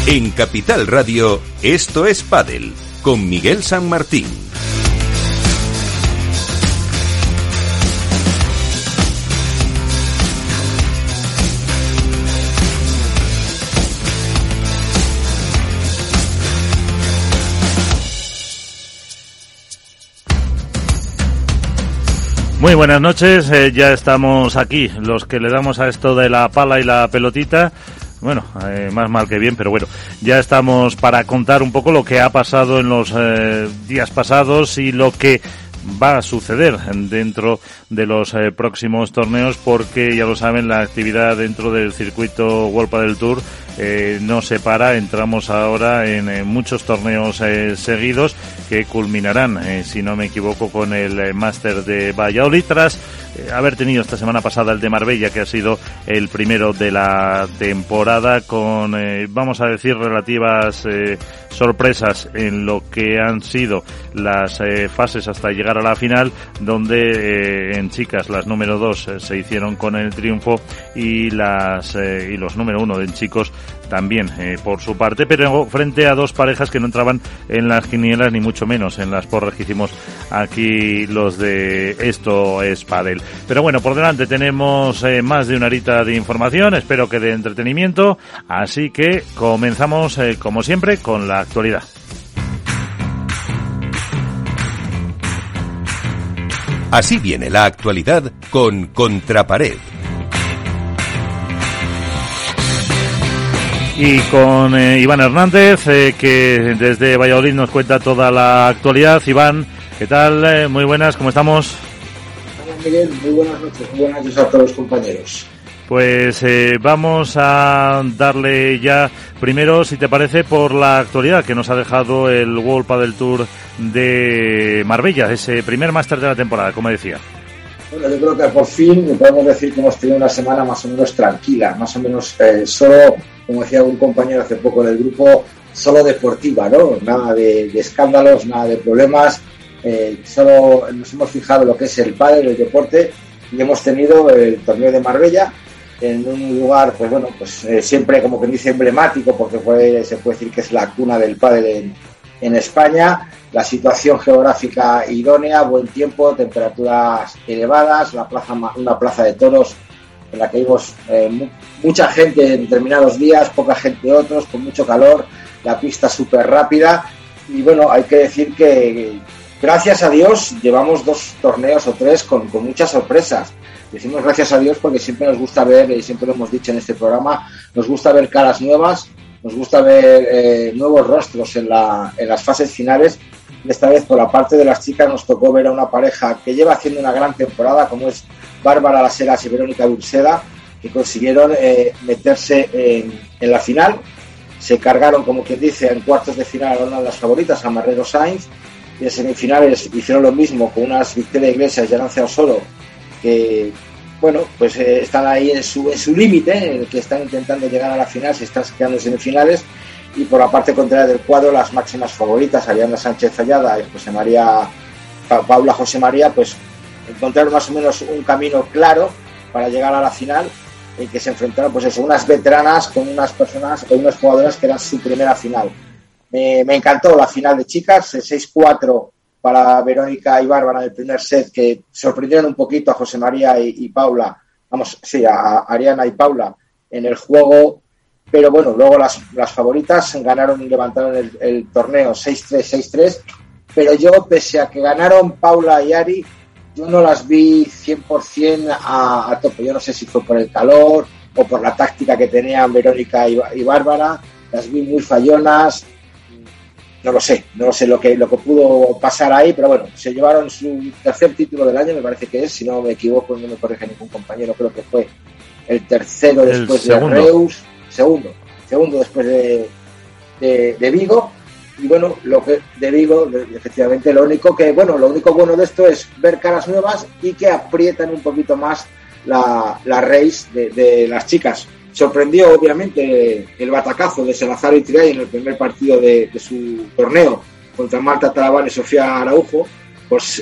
En Capital Radio, esto es Pádel, con Miguel San Martín. Muy buenas noches, ya estamos aquí, los que le damos a esto de la pala y la pelotita. Bueno, más mal que bien, pero bueno, ya estamos para contar un poco lo que ha pasado en los días pasados y lo que va a suceder dentro de los próximos torneos, porque ya lo saben, la actividad dentro del circuito World Padel Tour no se para. Entramos ahora en muchos torneos seguidos que culminarán, si no me equivoco, con el Máster de Valladolid, tras haber tenido esta semana pasada el de Marbella, que ha sido el primero de la temporada, con, vamos a decir, relativas sorpresas en lo que han sido las fases hasta llegar a la final, donde en chicas las número 2 se hicieron con el triunfo y los número 1 en chicos también por su parte, pero frente a dos parejas que no entraban en las quinielas ni mucho menos en las porras que hicimos aquí los de Esto es Pádel. Pero bueno, por delante tenemos más de una horita de información, espero que de entretenimiento, así que comenzamos como siempre con la actualidad. Así viene la actualidad con Contrapared. Y con Iván Hernández, que desde Valladolid nos cuenta toda la actualidad. Iván, ¿qué tal? Muy buenas, ¿cómo estamos? Hola Miguel, muy buenas noches a todos los compañeros. Pues vamos a darle ya primero, si te parece, por la actualidad que nos ha dejado el World Padel Tour de Marbella, ese primer máster de la temporada, como decía. Bueno, yo creo que por fin podemos decir que hemos tenido una semana más o menos tranquila, más o menos solo, como decía un compañero hace poco del grupo, solo deportiva, ¿no? Nada de escándalos, nada de problemas, solo nos hemos fijado en lo que es el pádel, el deporte, y hemos tenido el torneo de Marbella en un lugar, pues bueno, pues siempre como que dice emblemático, porque se puede decir que es la cuna del pádel en España. La situación geográfica idónea, buen tiempo, temperaturas elevadas, una plaza de toros en la que vimos mucha gente en determinados días, poca gente otros, con mucho calor, la pista súper rápida. Y bueno, hay que decir que gracias a Dios llevamos 2 torneos o 3 con muchas sorpresas. Decimos gracias a Dios porque siempre nos gusta ver, y siempre lo hemos dicho en este programa, nos gusta ver caras nuevas, nos gusta ver nuevos rostros en las fases finales. Esta vez por la parte de las chicas nos tocó ver a una pareja que lleva haciendo una gran temporada, como es Bárbara Las Heras y Verónica Urseda, que consiguieron meterse en la final. Se cargaron, como quien dice, en cuartos de final a una de las favoritas, a Marrero Sainz, y en semifinales hicieron lo mismo con unas Victoria Iglesias y Arancia Osoro, que bueno, pues están ahí en su límite, en el que están intentando llegar a la final, se están quedando en semifinales. Y por la parte contraria del cuadro, las máximas favoritas, Ariana Sánchez Ayada y Paula José María, pues encontraron más o menos un camino claro para llegar a la final, en que se enfrentaron, pues eso, unas veteranas con unas jugadoras que eran su primera final. Me encantó la final de chicas, el 6-4 para Verónica y Bárbara en el primer set, que sorprendieron un poquito a José María y Paula, a Ariana y Paula en el juego. Pero bueno, luego las favoritas ganaron y levantaron el torneo 6-3, 6-3, pero yo, pese a que ganaron Paula y Ari, yo no las vi 100% a tope. Yo no sé si fue por el calor o por la táctica que tenían Verónica y Bárbara, las vi muy fallonas, no lo sé lo que pudo pasar ahí, pero bueno, se llevaron su tercer título del año, me parece que es, si no me equivoco, no me corrige ningún compañero, creo que fue el tercero después de Reus. Segundo después de Vigo. Y bueno, de Vigo, efectivamente, lo único bueno de esto es ver caras nuevas y que aprietan un poquito más la race de las chicas. Sorprendió obviamente el batacazo de Salazar y Triay en el primer partido de su torneo contra Marta Talaván y Sofía Araujo, pues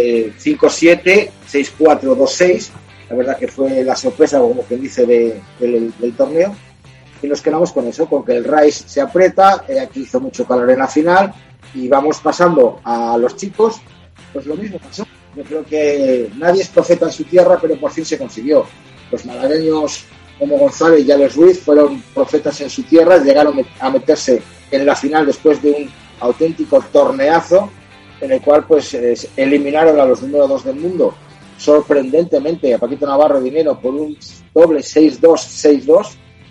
5-7, 6-4, 2-6. La verdad que fue la sorpresa, como quien dice, del torneo. y nos quedamos con eso, con que el Rice se aprieta, aquí hizo mucho calor en la final, y vamos pasando a los chicos, pues lo mismo pasó. Yo creo que nadie es profeta en su tierra, pero por fin se consiguió. Los malagueños como González y Alex Ruiz fueron profetas en su tierra, llegaron a meterse en la final después de un auténtico torneazo, en el cual pues eliminaron a los número 2 del mundo, sorprendentemente, a Paquito Navarro Dinero por un doble 6-2, 6-2,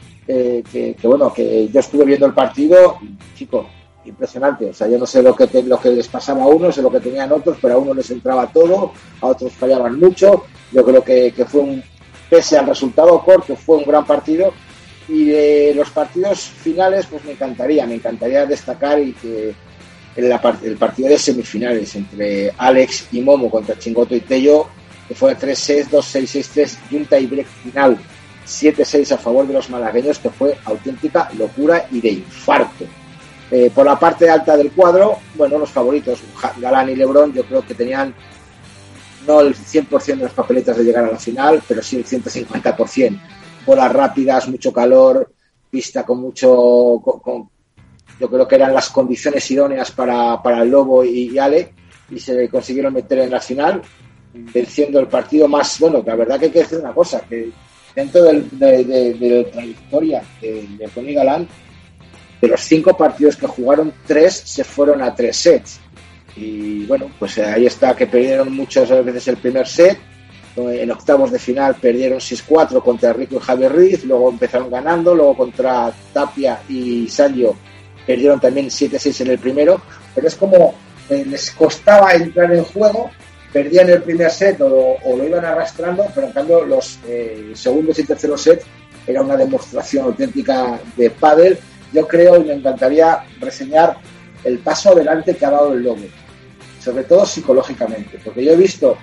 que bueno, que yo estuve viendo el partido, chico, impresionante. O sea, yo no sé lo que les pasaba a unos, sé lo que tenían otros, pero a unos les entraba todo, a otros fallaban mucho. Yo creo que fue pese al resultado corto, fue un gran partido. Y de los partidos finales, pues me encantaría destacar y que el partido de semifinales entre Alex y Momo contra Chingoto y Tello, que fue 3-6, 2-6, 6-3 y un tiebreak final 7-6 a favor de los malagueños, que fue auténtica locura y de infarto. Por la parte alta del cuadro, bueno, los favoritos, Galán y Lebrón, yo creo que tenían no el 100% de las papeletas de llegar a la final, pero sí el 150%. Bolas rápidas, mucho calor, pista con mucho... yo creo que eran las condiciones idóneas para el Lobo y Ale, y se consiguieron meter en la final, venciendo el partido más... Bueno, la verdad que hay que decir una cosa, que dentro de la trayectoria de Tony Galán, de los 5 partidos que jugaron, 3 se fueron a 3 sets. Y bueno, pues ahí está, que perdieron muchas veces el primer set. En octavos de final perdieron 6-4 contra Rico y Javier Ruiz, luego empezaron ganando, luego contra Tapia y Sancho perdieron también 7-6 en el primero, pero es como les costaba entrar en juego, perdían el primer set o lo iban arrastrando, pero en cambio los segundos y terceros set era una demostración auténtica de pádel. Yo creo, y me encantaría reseñar el paso adelante que ha dado el Lobo, sobre todo psicológicamente, porque yo he visto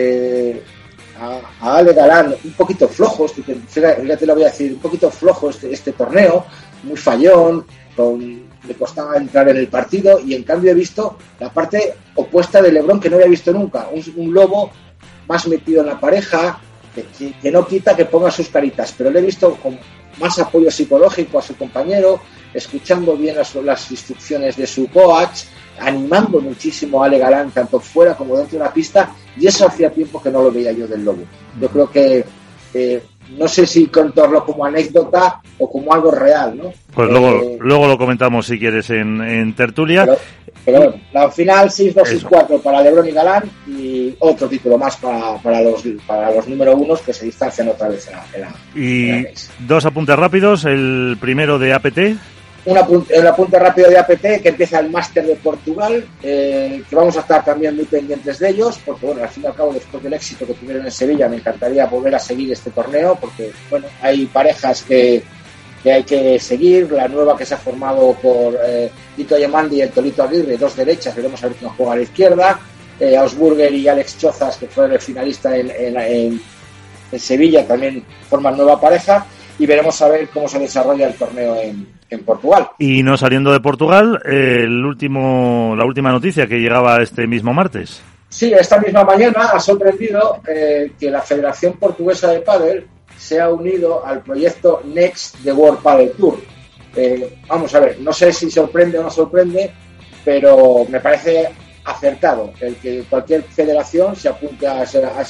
a Ale Galán un poquito flojo, ya te lo voy a decir, un poquito flojo este torneo, muy fallón, le costaba entrar en el partido, y en cambio he visto la parte opuesta de Lebrón, que no había visto nunca, un Lobo más metido en la pareja, que no quita que ponga sus caritas, pero le he visto con más apoyo psicológico a su compañero, escuchando bien las instrucciones de su coach, animando muchísimo a Ale Galán, tanto fuera como dentro de la pista, y eso hacía tiempo que no lo veía yo del Lobo. Yo creo que no sé si contarlo como anécdota o como algo real, ¿no? Pues luego lo comentamos si quieres en tertulia. Pero bueno, la final 6-2, 6-4 para Lebrón y Galán, y otro título más para los número unos, que se distancian otra vez en la y dos apuntes rápidos. El primero de APT. El apunte rápido de APT, que empieza el Máster de Portugal, que vamos a estar también muy pendientes de ellos, porque bueno, al fin y al cabo, después del éxito que tuvieron en Sevilla, me encantaría volver a seguir este torneo, porque bueno, hay parejas que hay que seguir. La nueva que se ha formado por Tito Yamandi y el Tolito Aguirre, 2 derechas, veremos a ver quién juega a la izquierda. Ausburger y Alex Chozas, que fueron el finalista en Sevilla, también forman nueva pareja, y veremos a ver cómo se desarrolla el torneo en Portugal. Y no saliendo de Portugal, la última noticia que llegaba este mismo martes. Sí, esta misma mañana ha sorprendido que la Federación Portuguesa de Pádel se ha unido al proyecto Next de World Padel Tour. Vamos a ver, no sé si sorprende o no sorprende, pero me parece acertado el que cualquier federación se apunte a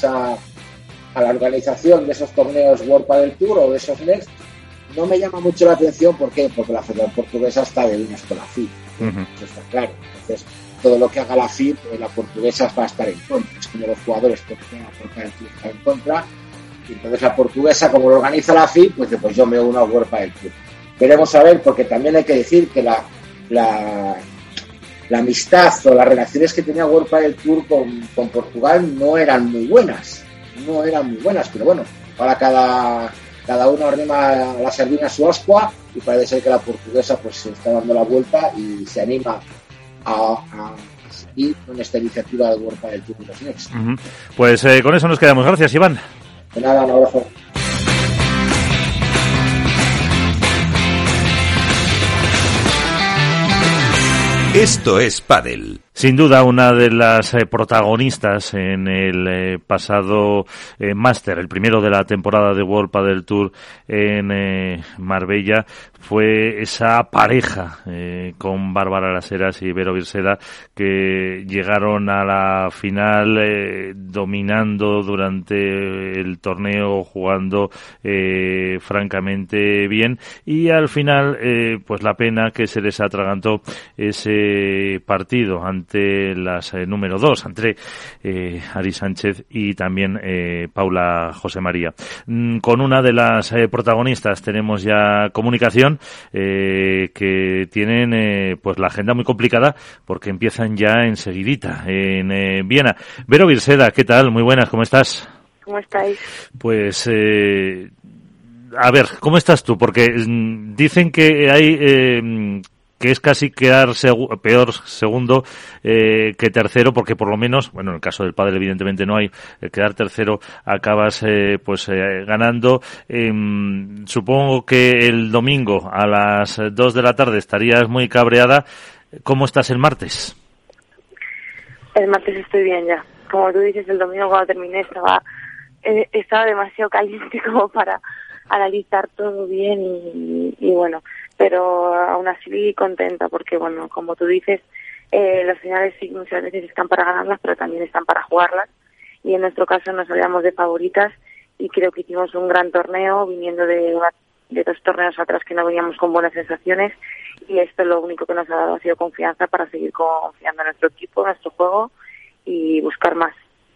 la organización de esos torneos World Padel Tour o de esos Next. No me llama mucho la atención, ¿por qué? Porque la Federación Portuguesa está de unas con la FIP, eso está claro. Entonces, todo lo que haga la FIP, la portuguesa va a estar en contra. Es como los jugadores que van a World Padel Tour están en contra, y entonces la portuguesa, como lo organiza la FIP, pues yo me uno a World Padel Tour. Veremos a ver, porque también hay que decir que la amistad o las relaciones que tenía World Padel Tour con Portugal no eran muy buenas, pero bueno, ahora cada uno arrima la sardina a su ascua, y parece ser que la portuguesa pues se está dando la vuelta y se anima a seguir con esta iniciativa de World Padel Tour de los Next. Pues con eso nos quedamos. Gracias, Iván. De nada, un abrazo. Esto es Pádel. Sin duda, una de las protagonistas en el pasado Máster, el primero de la temporada de World Padel Tour en Marbella, fue esa pareja con Bárbara Las Heras y Vero Birseda, que llegaron a la final dominando durante el torneo, jugando francamente bien, y al final pues la pena que se les atragantó ese partido ante las número 2, entre Ari Sánchez y también Paula José María. Con una de las protagonistas tenemos ya comunicación, que tienen pues la agenda muy complicada porque empiezan ya enseguidita en Viena. Vero Birseda, ¿qué tal? Muy buenas, ¿cómo estás? ¿Cómo estáis? Pues a ver, ¿cómo estás tú? Porque dicen que hay que es casi quedar peor segundo que tercero, porque por lo menos, bueno, en el caso del pádel evidentemente no hay, quedar tercero acabas ganando. Supongo que el domingo a las 2 de la tarde estarías muy cabreada. ¿Cómo estás el martes? El martes estoy bien ya. Como tú dices, el domingo cuando terminé estaba demasiado caliente como para analizar todo bien y bueno, pero aún así contenta porque, bueno, como tú dices, las finales sí muchas veces están para ganarlas, pero también están para jugarlas, y en nuestro caso nos salíamos de favoritas y creo que hicimos un gran torneo viniendo de 2 torneos atrás que no veníamos con buenas sensaciones, y esto lo único que nos ha dado ha sido confianza para seguir confiando en nuestro equipo, en nuestro juego y buscar más.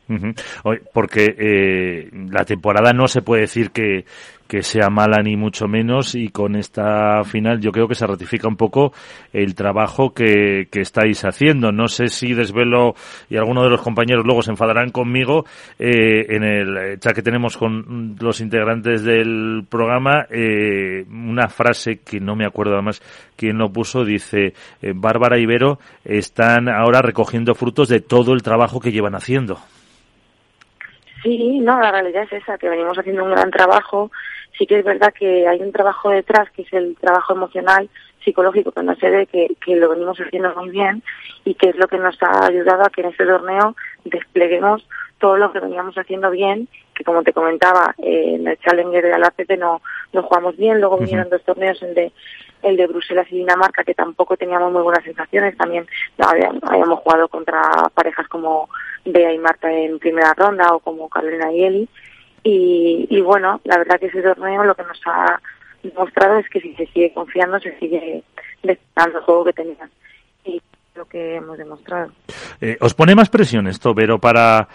Porque la temporada no se puede decir que sea mala ni mucho menos, y con esta final yo creo que se ratifica un poco el trabajo que estáis haciendo. No sé si desvelo, y algunos de los compañeros luego se enfadarán conmigo, en el chat que tenemos con los integrantes del programa, una frase que no me acuerdo además quién lo puso, dice: Bárbara y Vero están ahora recogiendo frutos de todo el trabajo que llevan haciendo. Sí, no, la realidad es esa, que venimos haciendo un gran trabajo. Sí que es verdad que hay un trabajo detrás, que es el trabajo emocional, psicológico, que no se ve, que lo venimos haciendo muy bien, y que es lo que nos ha ayudado a que en este torneo despleguemos todo lo que veníamos haciendo bien, que como te comentaba, en el Challenger de Albacete no jugamos bien, luego vinieron 2 torneos, el de Bruselas y Dinamarca, que tampoco teníamos muy buenas sensaciones, también habíamos jugado contra parejas como Bea y Marta en primera ronda, o como Carolina y Eli, y bueno, la verdad que ese torneo lo que nos ha demostrado es que si se sigue confiando, se sigue desplegando el juego que tenían, y lo que hemos demostrado. ¿Os pone más presión esto, Vero, para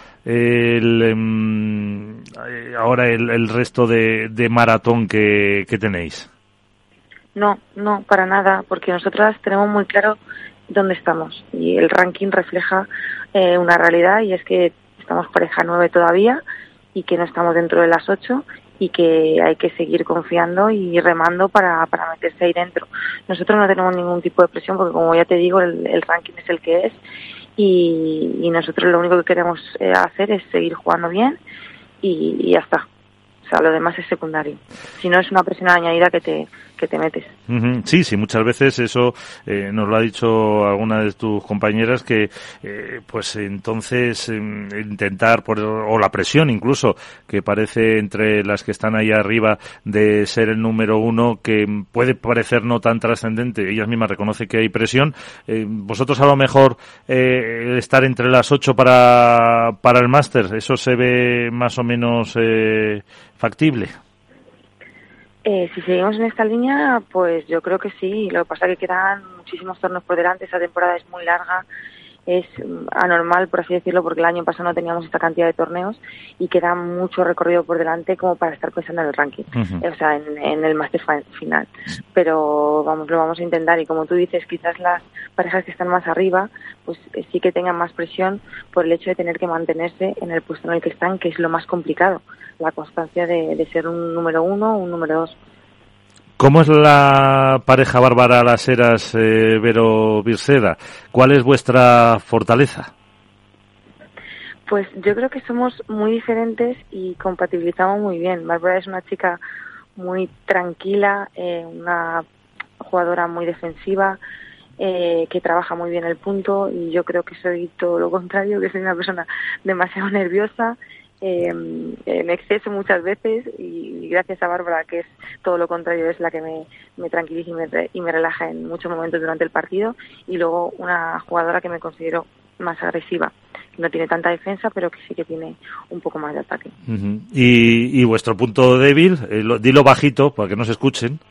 ahora el resto de maratón que tenéis? No, para nada, porque nosotras tenemos muy claro dónde estamos, y el ranking refleja una realidad, y es que estamos pareja 9 todavía, y que no estamos dentro de las 8, y que hay que seguir confiando y remando para meterse ahí dentro. Nosotros no tenemos ningún tipo de presión, porque como ya te digo, el ranking es el que es, y nosotros lo único que queremos hacer es seguir jugando bien, y ya está. O sea, lo demás es secundario. Si no, es una presión añadida que te metes. Sí, muchas veces eso nos lo ha dicho alguna de tus compañeras, que pues entonces intentar o la presión incluso que parece entre las que están ahí arriba de ser el número 1, que puede parecer no tan trascendente, ellas mismas reconocen que hay presión. Vosotros a lo mejor estar entre las 8 para el máster, ¿eso se ve más o menos factible? Si seguimos en esta línea, pues yo creo que sí. Lo que pasa es que quedan muchísimos torneos por delante. Esta temporada es muy larga, es anormal, por así decirlo, porque el año pasado no teníamos esta cantidad de torneos, y queda mucho recorrido por delante como para estar pensando en el ranking, o sea, en el máster final. Pero lo vamos a intentar, y como tú dices, quizás las parejas que están más arriba pues sí que tengan más presión por el hecho de tener que mantenerse en el puesto en el que están, que es lo más complicado, la constancia de ser un número 1 o un número 2. ¿Cómo es la pareja Bárbara Las Heras, Vero Birseda? ¿Cuál es vuestra fortaleza? Pues yo creo que somos muy diferentes y compatibilizamos muy bien. Bárbara es una chica muy tranquila, una jugadora muy defensiva, que trabaja muy bien el punto, y yo creo que soy todo lo contrario, que soy una persona demasiado nerviosa, en exceso muchas veces, y gracias a Bárbara, que es todo lo contrario, es la que me tranquiliza y me relaja en muchos momentos durante el partido, y luego una jugadora que me considero más agresiva, que no tiene tanta defensa, pero que sí que tiene un poco más de ataque. Uh-huh. ¿Y vuestro punto débil? Dilo bajito para que no se escuchen.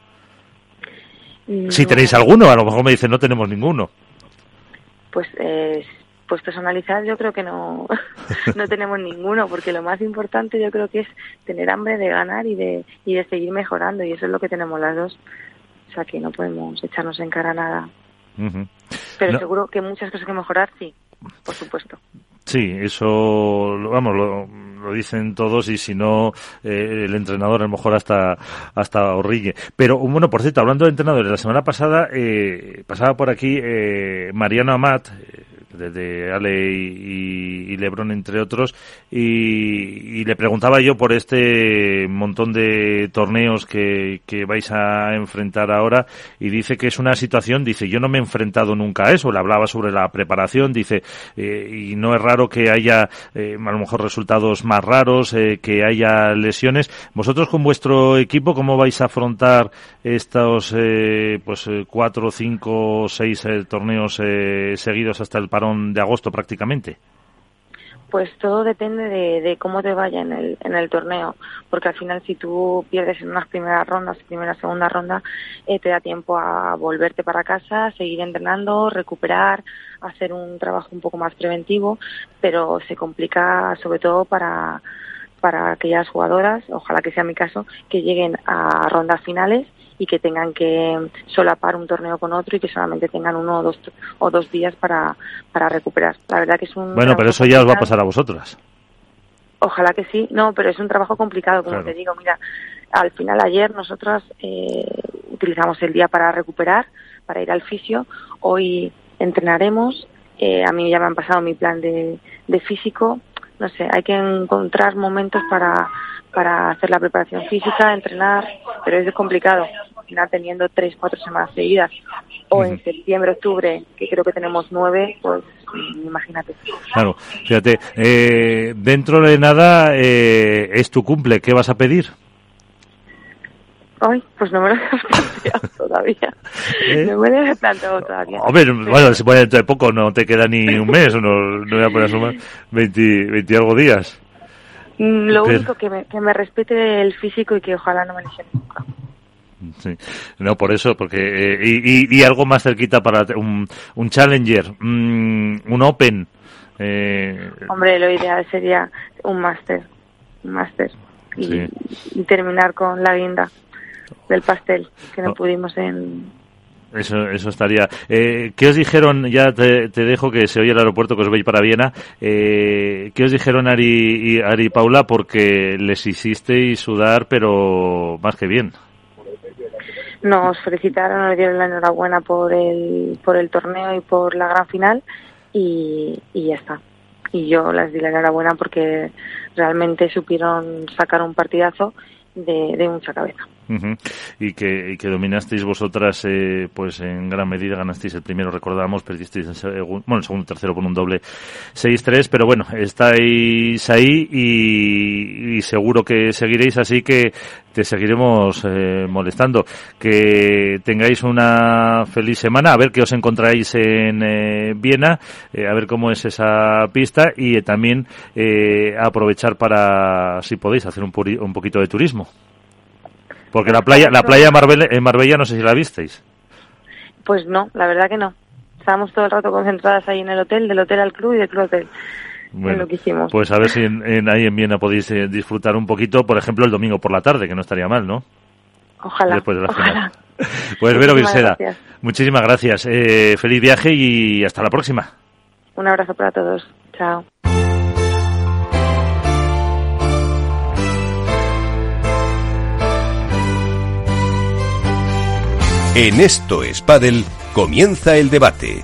Si tenéis alguno, a lo mejor me dicen no tenemos ninguno. Pues personalizar yo creo que no tenemos ninguno, porque lo más importante yo creo que es tener hambre de ganar y de seguir mejorando, y eso es lo que tenemos las dos, o sea que no podemos echarnos en cara nada. Uh-huh. Pero seguro que muchas cosas que mejorar, sí, por supuesto. Sí, eso, vamos, lo dicen todos, y si no, el entrenador a lo mejor hasta horrigue. Pero, bueno, por cierto, hablando de entrenadores, la semana pasada pasaba por aquí Mariano Amat, de Ale y Lebron, entre otros, y le preguntaba yo por este montón de torneos que vais a enfrentar ahora, y dice que es una situación, dice, yo no me he enfrentado nunca a eso, le hablaba sobre la preparación, dice, y no es raro que haya a lo mejor resultados más raros, que haya lesiones. Vosotros con vuestro equipo, ¿cómo vais a afrontar estos 4, 5, 6 torneos seguidos hasta el parón de agosto prácticamente? Pues todo depende de cómo te vaya en el torneo, porque al final si tú pierdes en unas primeras rondas, segunda ronda, te da tiempo a volverte para casa, seguir entrenando, recuperar, hacer un trabajo un poco más preventivo, pero se complica sobre todo para aquellas jugadoras, ojalá que sea mi caso, que lleguen a rondas finales y que tengan que solapar un torneo con otro y que solamente tengan 1 o 2 días para recuperar. La verdad que es un... Bueno, pero eso ya os va a pasar a vosotras. Ojalá que sí. No, pero es un trabajo complicado, como te digo. Mira, al final ayer nosotras utilizamos el día para recuperar, para ir al fisio. Hoy entrenaremos. A mí ya me han pasado mi plan de físico. No sé, hay que encontrar momentos para hacer la preparación física, entrenar, pero es complicado, teniendo 3-4 semanas seguidas, o en septiembre, octubre, que creo que tenemos 9, pues imagínate. Claro, fíjate, dentro de nada es tu cumple, ¿qué vas a pedir? Ay, pues no me lo he planteado todavía. No me lo he planteado todavía. Hombre, bueno, si pone dentro de poco, no te queda ni un mes, no voy a poner a sumar 20 y algo días. Lo único que me respete el físico y que ojalá no me lesione nunca. Sí, no, por eso, porque y algo más cerquita para un Challenger, un Open. Hombre, lo ideal sería un máster y terminar con la guinda del pastel que no pudimos en... Eso estaría. ¿Qué os dijeron? Ya te dejo, que se oye el aeropuerto, que os veis para Viena. ¿Qué os dijeron Ari y Paula? Porque les hicisteis sudar, pero más que bien. Nos felicitaron, nos dieron la enhorabuena por el torneo y por la gran final, y ya está. Y yo les di la enhorabuena porque realmente supieron sacar un partidazo de mucha cabeza. Uh-huh. Y que dominasteis vosotras, pues en gran medida ganasteis el primero, recordamos, perdisteis el segundo, tercero con un doble 6-3, pero bueno, estáis ahí y seguro que seguiréis, así que te seguiremos molestando. Que tengáis una feliz semana, a ver qué os encontráis en Viena, a ver cómo es esa pista, y también aprovechar para, si podéis, hacer un poquito de turismo. Porque la playa en Marbella no sé si la visteis. Pues no, la verdad que no. Estábamos todo el rato concentradas ahí en el hotel, del hotel al club y del club al hotel. Bueno, es lo que hicimos. Pues a ver si ahí en Viena podéis disfrutar un poquito, por ejemplo, el domingo por la tarde, que no estaría mal, ¿no? Ojalá. Después de la ojalá. final. Pues Vero Virseda, muchísimas gracias. Feliz viaje y hasta la próxima. Un abrazo para todos. Chao. En Esto es Pádel, comienza el debate.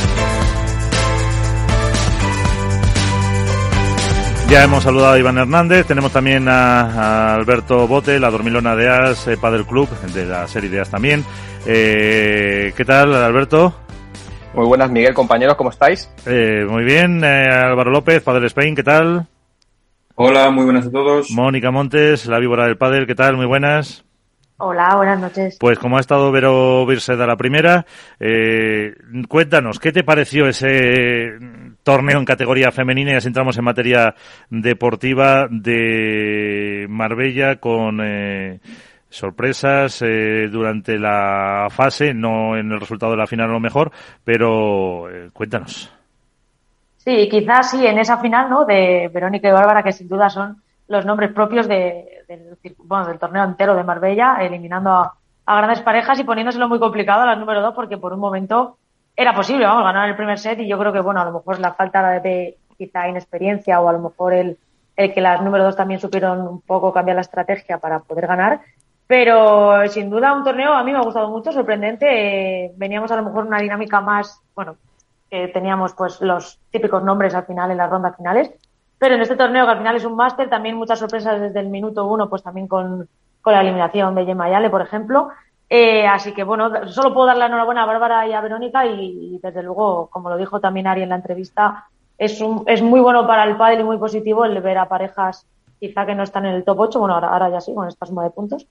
Ya hemos saludado a Iván Hernández, tenemos también a Alberto Bote, la dormilona de AS Padel Club, de la serie de AS también. ¿Qué tal, Alberto? Muy buenas, Miguel, compañeros, ¿cómo estáis? Muy bien, Álvaro López, Padel Spain, ¿qué tal? Hola, muy buenas a todos. Mónica Montes, la víbora del pádel, ¿qué tal? Muy buenas. Hola, buenas noches. Pues como ha estado Vero Birseda la primera, cuéntanos, ¿qué te pareció ese torneo en categoría femenina? Y así entramos en materia deportiva de Marbella con sorpresas durante la fase, no en el resultado de la final a lo mejor, pero cuéntanos. Sí, quizás sí, en esa final, ¿no?, de Verónica y Bárbara, que sin duda son los nombres propios del torneo entero de Marbella, eliminando a grandes parejas y poniéndoselo muy complicado a las número 2, porque por un momento era posible, ganar el primer set, y yo creo que, a lo mejor la falta de quizá inexperiencia, o a lo mejor el que las número 2 también supieron un poco cambiar la estrategia para poder ganar. Pero sin duda un torneo a mí me ha gustado mucho, sorprendente. Veníamos a lo mejor una dinámica más, que teníamos pues los típicos nombres al final en las rondas finales, pero en este torneo, que al final es un máster, también muchas sorpresas desde el minuto 1, pues también con la eliminación de Gemma Yale, por ejemplo. Así que solo puedo dar la enhorabuena a Bárbara y a Verónica, y desde luego, como lo dijo también Ari en la entrevista, es muy bueno para el pádel y muy positivo el ver a parejas quizá que no están en el top 8, ahora ya sí, con esta suma de puntos,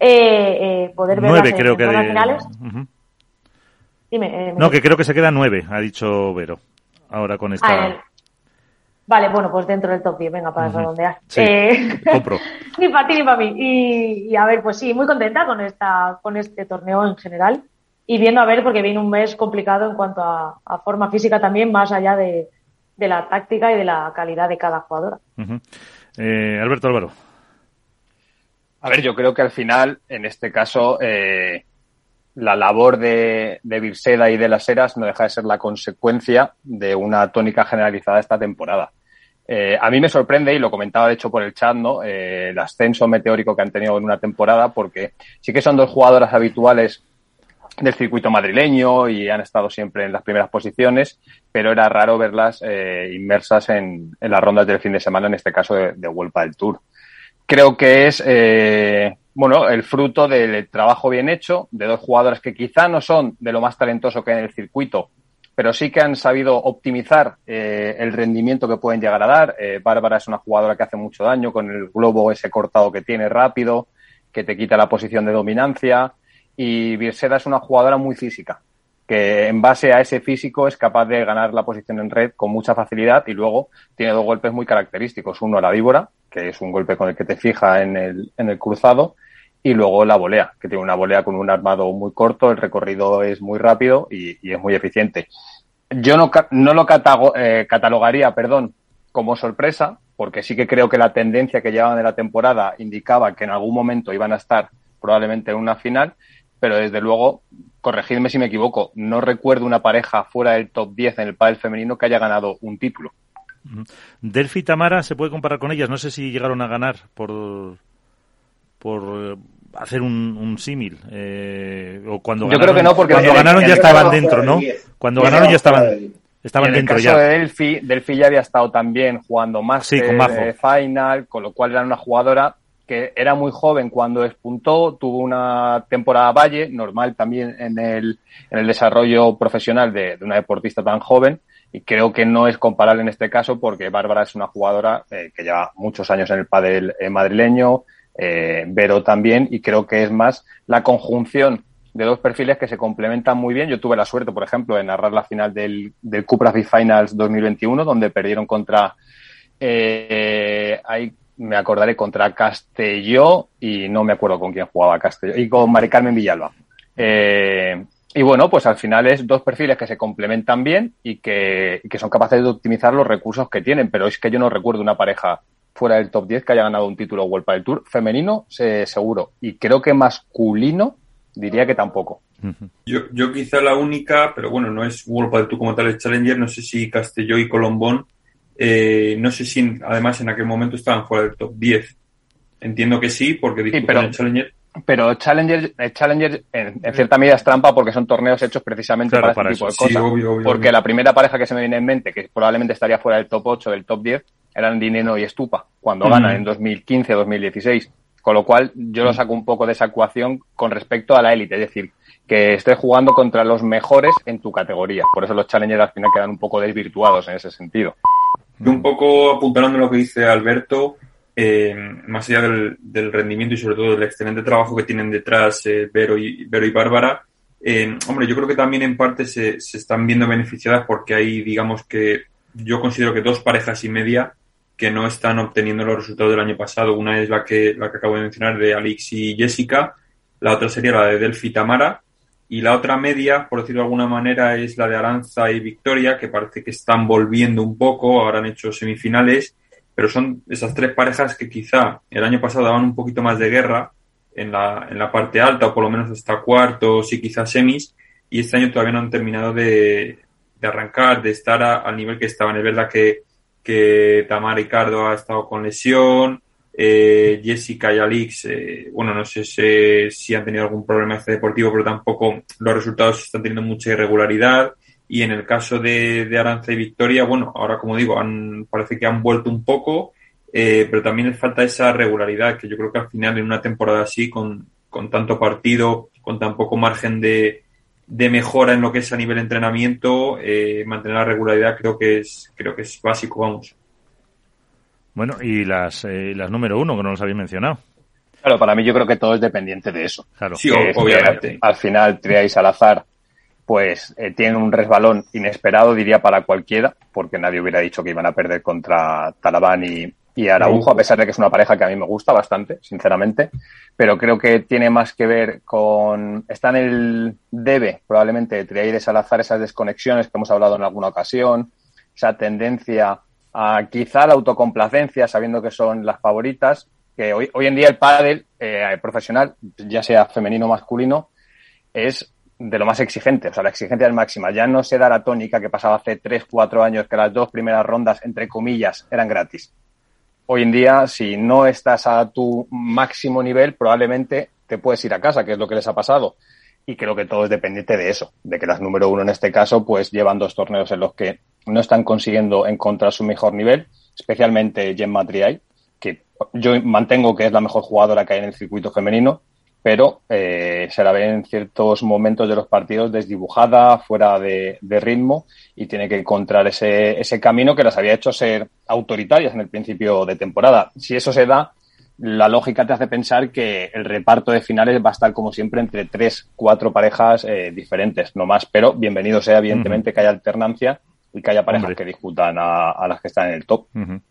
poder verlas 9, creo en que rondas finales. Uh-huh. Dime, no, que creo que se queda 9, ha dicho Vero, ahora con esta... Vale, pues dentro del top 10, venga, para redondear. Sí, compro. Ni para ti ni para mí. Y a ver, pues sí, muy contenta con este torneo en general, y viendo a ver, porque viene un mes complicado en cuanto a forma física también, más allá de la táctica y de la calidad de cada jugadora. Uh-huh. Alberto Álvaro. A ver, yo creo que al final, en este caso, la labor de Birseda y de las Heras no deja de ser la consecuencia de una tónica generalizada esta temporada. A mí me sorprende, y lo comentaba de hecho por el chat, ¿no?, el ascenso meteórico que han tenido en una temporada, porque sí que son dos jugadoras habituales del circuito madrileño y han estado siempre en las primeras posiciones, pero era raro verlas inmersas en las rondas del fin de semana, en este caso de Vuelta del Tour. Creo que es el fruto del trabajo bien hecho de dos jugadoras que quizá no son de lo más talentoso que hay en el circuito, pero sí que han sabido optimizar el rendimiento que pueden llegar a dar. Bárbara es una jugadora que hace mucho daño con el globo ese cortado que tiene rápido, que te quita la posición de dominancia, y Birseda es una jugadora muy física, que en base a ese físico es capaz de ganar la posición en red con mucha facilidad, y luego tiene dos golpes muy característicos. Uno, la víbora, que es un golpe con el que te fija en el cruzado, y luego la volea, que tiene una volea con un armado muy corto, el recorrido es muy rápido y es muy eficiente. Yo no lo catalogaría, como sorpresa, porque sí que creo que la tendencia que llevaban de la temporada indicaba que en algún momento iban a estar probablemente en una final, pero desde luego, corregidme si me equivoco, no recuerdo una pareja fuera del top 10 en el pádel femenino que haya ganado un título. Delphi y Tamara, ¿se puede comparar con ellas? No sé si llegaron a ganar por hacer un símil, o cuando yo ganaron, creo que no, porque cuando ganaron ya estaban dentro, ¿no? Cuando ganaron ya estaban dentro ya. En el caso de Delphi ya había estado también jugando Master, Final, con lo cual era una jugadora que era muy joven cuando despuntó, tuvo una temporada valle, normal también en el desarrollo profesional de una deportista tan joven, y creo que no es comparable en este caso, porque Bárbara es una jugadora que lleva muchos años en el pádel madrileño, Vero también, y creo que es más la conjunción de dos perfiles que se complementan muy bien. Yo tuve la suerte, por ejemplo, de narrar la final del Cupra Finals 2021, donde perdieron contra me acordaré, contra Castelló, y no me acuerdo con quién jugaba Castelló, y con Mari Carmen Villalba. Y pues al final es dos perfiles que se complementan bien y que son capaces de optimizar los recursos que tienen, pero es que yo no recuerdo una pareja fuera del top 10 que haya ganado un título Vuelta del Tour femenino, seguro, y creo que masculino diría que tampoco. Yo quizá la única, pero no es Vuelta del Tour como tal, es Challenger. No sé si Castelló y Colombón, no sé si además en aquel momento estaban fuera del top 10. Entiendo que sí, porque disputaron el Challenger. Pero Challenger en cierta medida es trampa, porque son torneos hechos precisamente para este tipo de cosas. Sí, obvio. Porque la primera pareja que se me viene en mente, que probablemente estaría fuera del top 8, del top 10, eran Dineno y Estupa, cuando ganan en 2015-2016. Con lo cual yo lo saco un poco de esa ecuación con respecto a la élite. Es decir, que estés jugando contra los mejores en tu categoría. Por eso los challengers al final quedan un poco desvirtuados en ese sentido. Y un poco apuntalando lo que dice Alberto, más allá del rendimiento y sobre todo del excelente trabajo que tienen detrás Vero y Bárbara, hombre, yo creo que también en parte se están viendo beneficiadas porque hay, digamos que yo considero que 2 parejas y media que no están obteniendo los resultados del año pasado. Una es la que acabo de mencionar, de Alix y Jessica, la otra sería la de Delphi y Tamara, y la otra media, por decirlo de alguna manera, es la de Aranza y Victoria, que parece que están volviendo un poco, ahora han hecho semifinales, pero son esas 3 parejas que quizá el año pasado daban un poquito más de guerra en la parte alta, o por lo menos hasta cuartos y quizás semis, y este año todavía no han terminado de arrancar, de estar al nivel que estaban. Es verdad que Tamara Ricardo ha estado con lesión, Jessica y Alix, bueno, no sé si han tenido algún problema deportivo, pero tampoco los resultados están teniendo mucha irregularidad. Y en el caso de Aranza y Victoria, bueno, ahora como digo, parece que han vuelto un poco, pero también les falta esa regularidad, que yo creo que al final en una temporada así, con tanto partido, con tan poco margen de mejora en lo que es a nivel de entrenamiento, mantener la regularidad creo que es básico, vamos. Bueno, y las número 1, que no los habéis mencionado. Claro, para mí yo creo que todo es dependiente de eso. Claro. Sí, obviamente. Al final, Tria y Salazar, pues tienen un resbalón inesperado, diría, para cualquiera, porque nadie hubiera dicho que iban a perder contra Talabán y Araujo, a pesar de que es una pareja que a mí me gusta bastante, sinceramente, pero creo que tiene más que ver con... Está en el debe, probablemente, de Tria y de Salazar, esas desconexiones que hemos hablado en alguna ocasión, esa tendencia a quizá la autocomplacencia, sabiendo que son las favoritas, que hoy en día el pádel profesional, ya sea femenino o masculino, es de lo más exigente, o sea, la exigencia es máxima. Ya no se da la tónica que pasaba hace 3-4 años, que las 2 primeras rondas, entre comillas, eran gratis. Hoy en día, si no estás a tu máximo nivel, probablemente te puedes ir a casa, que es lo que les ha pasado. Y creo que todo es dependiente de eso, de que las número 1 en este caso, pues llevan 2 torneos en los que no están consiguiendo encontrar su mejor nivel, especialmente Gemma Triay, que yo mantengo que es la mejor jugadora que hay en el circuito femenino, pero se la ve en ciertos momentos de los partidos desdibujada, fuera de ritmo, y tiene que encontrar ese camino que las había hecho ser autoritarias en el principio de temporada. Si eso se da, la lógica te hace pensar que el reparto de finales va a estar como siempre entre 3-4 parejas diferentes, no más, pero bienvenido sea evidentemente que haya alternancia y que haya parejas que disputan a las que están en el top.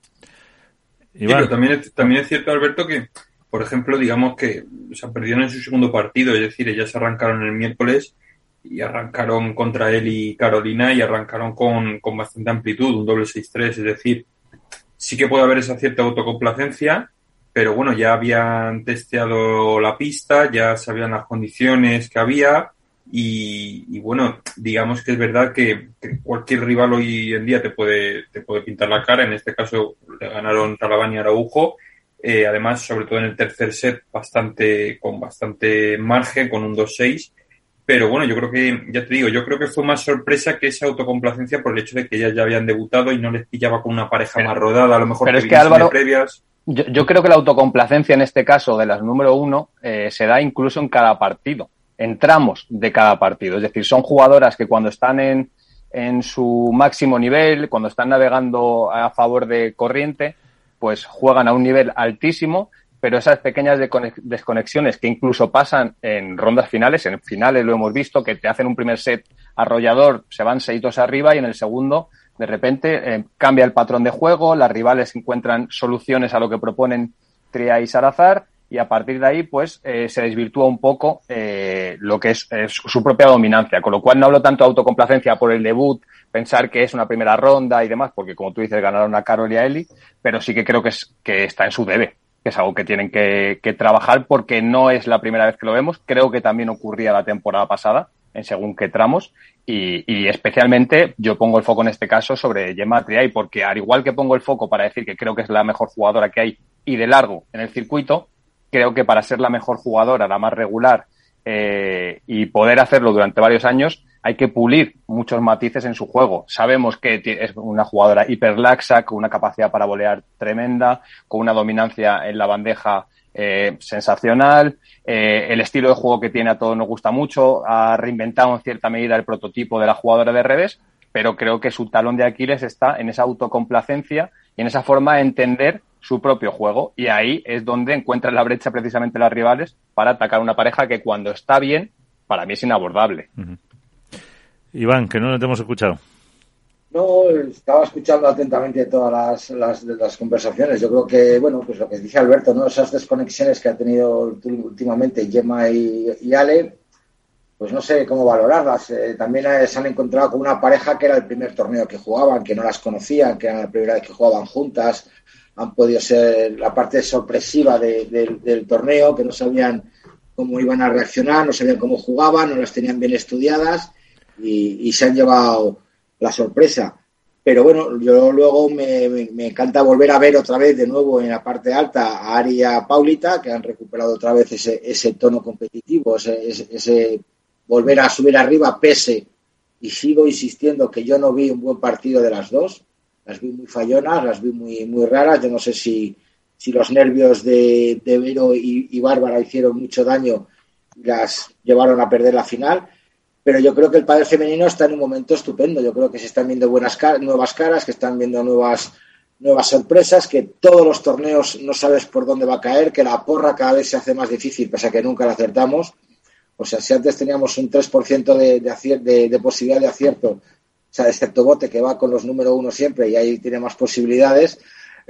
Sí, pero también es cierto, Alberto, que por ejemplo, digamos que perdieron en su segundo partido, es decir, ellas arrancaron el miércoles y arrancaron contra él y Carolina y arrancaron con bastante amplitud, un doble 6-3, es decir, sí que puede haber esa cierta autocomplacencia, pero bueno, ya habían testeado la pista, ya sabían las condiciones que había y bueno, digamos que es verdad que cualquier rival hoy en día te puede pintar la cara. En este caso le ganaron Talabán y Araujo, además sobre todo en el tercer set con bastante margen, con un 2-6, pero bueno, yo creo que, ya te digo, yo creo que fue más sorpresa que esa autocomplacencia por el hecho de que ellas ya habían debutado y no les pillaba con una pareja más rodada, a lo mejor pero que es que Álvaro, previas. Yo creo que la autocomplacencia en este caso de las número 1 se da incluso en cada partido, en tramos de cada partido. Es decir, son jugadoras que cuando están en su máximo nivel, cuando están navegando a favor de corriente, pues juegan a un nivel altísimo, pero esas pequeñas desconexiones que incluso pasan en rondas finales, en finales lo hemos visto, que te hacen un primer set arrollador, se van 6-2 arriba y en el segundo de repente cambia el patrón de juego, las rivales encuentran soluciones a lo que proponen Tria y Salazar y a partir de ahí pues se desvirtúa un poco lo que es su propia dominancia, con lo cual no hablo tanto de autocomplacencia por el debut, pensar que es una primera ronda y demás, porque como tú dices ganaron a Carol y a Eli, pero sí que creo que está en su debe, que es algo que tienen que trabajar porque no es la primera vez que lo vemos, creo que también ocurría la temporada pasada en según qué tramos y especialmente yo pongo el foco en este caso sobre Gemma Triay porque al igual que pongo el foco para decir que creo que es la mejor jugadora que hay y de largo en el circuito, creo que para ser la mejor jugadora, la más regular y poder hacerlo durante varios años hay que pulir muchos matices en su juego. Sabemos que es una jugadora hiperlaxa, con una capacidad para volear tremenda, con una dominancia en la bandeja sensacional. El estilo de juego que tiene a todos nos gusta mucho. Ha reinventado en cierta medida el prototipo de la jugadora de redes, pero creo que su talón de Aquiles está en esa autocomplacencia y en esa forma de entender su propio juego. Y ahí es donde encuentran la brecha precisamente las rivales para atacar una pareja que cuando está bien, para mí es inabordable. Uh-huh. Iván, que no te hemos escuchado. No, estaba escuchando atentamente todas las conversaciones. Yo creo que, bueno, pues lo que dice Alberto, ¿no? Esas desconexiones que ha tenido últimamente Gemma y Ale, pues no sé cómo valorarlas. También se han encontrado con una pareja que era el primer torneo que jugaban, que no las conocían, que era la primera vez que jugaban juntas. Han podido ser la parte sorpresiva del torneo, que no sabían cómo iban a reaccionar, no sabían cómo jugaban, no las tenían bien estudiadas y se han llevado la sorpresa. Pero bueno, yo luego me encanta volver a ver otra vez de nuevo en la parte alta a Ari y a Paulita, que han recuperado otra vez ese tono competitivo, ese volver a subir arriba, pese, y sigo insistiendo que yo no vi un buen partido de las dos. Las vi muy fallonas, las vi muy raras. Yo no sé si los nervios de Vero y Bárbara hicieron mucho daño y las llevaron a perder la final. Pero yo creo que el pádel femenino está en un momento estupendo. Yo creo que se están viendo nuevas caras, que están viendo nuevas sorpresas, que todos los torneos no sabes por dónde va a caer, que la porra cada vez se hace más difícil, pese a que nunca la acertamos. O sea, si antes teníamos un 3% de posibilidad de acierto, o sea, excepto Bote, que va con los número 1 siempre y ahí tiene más posibilidades,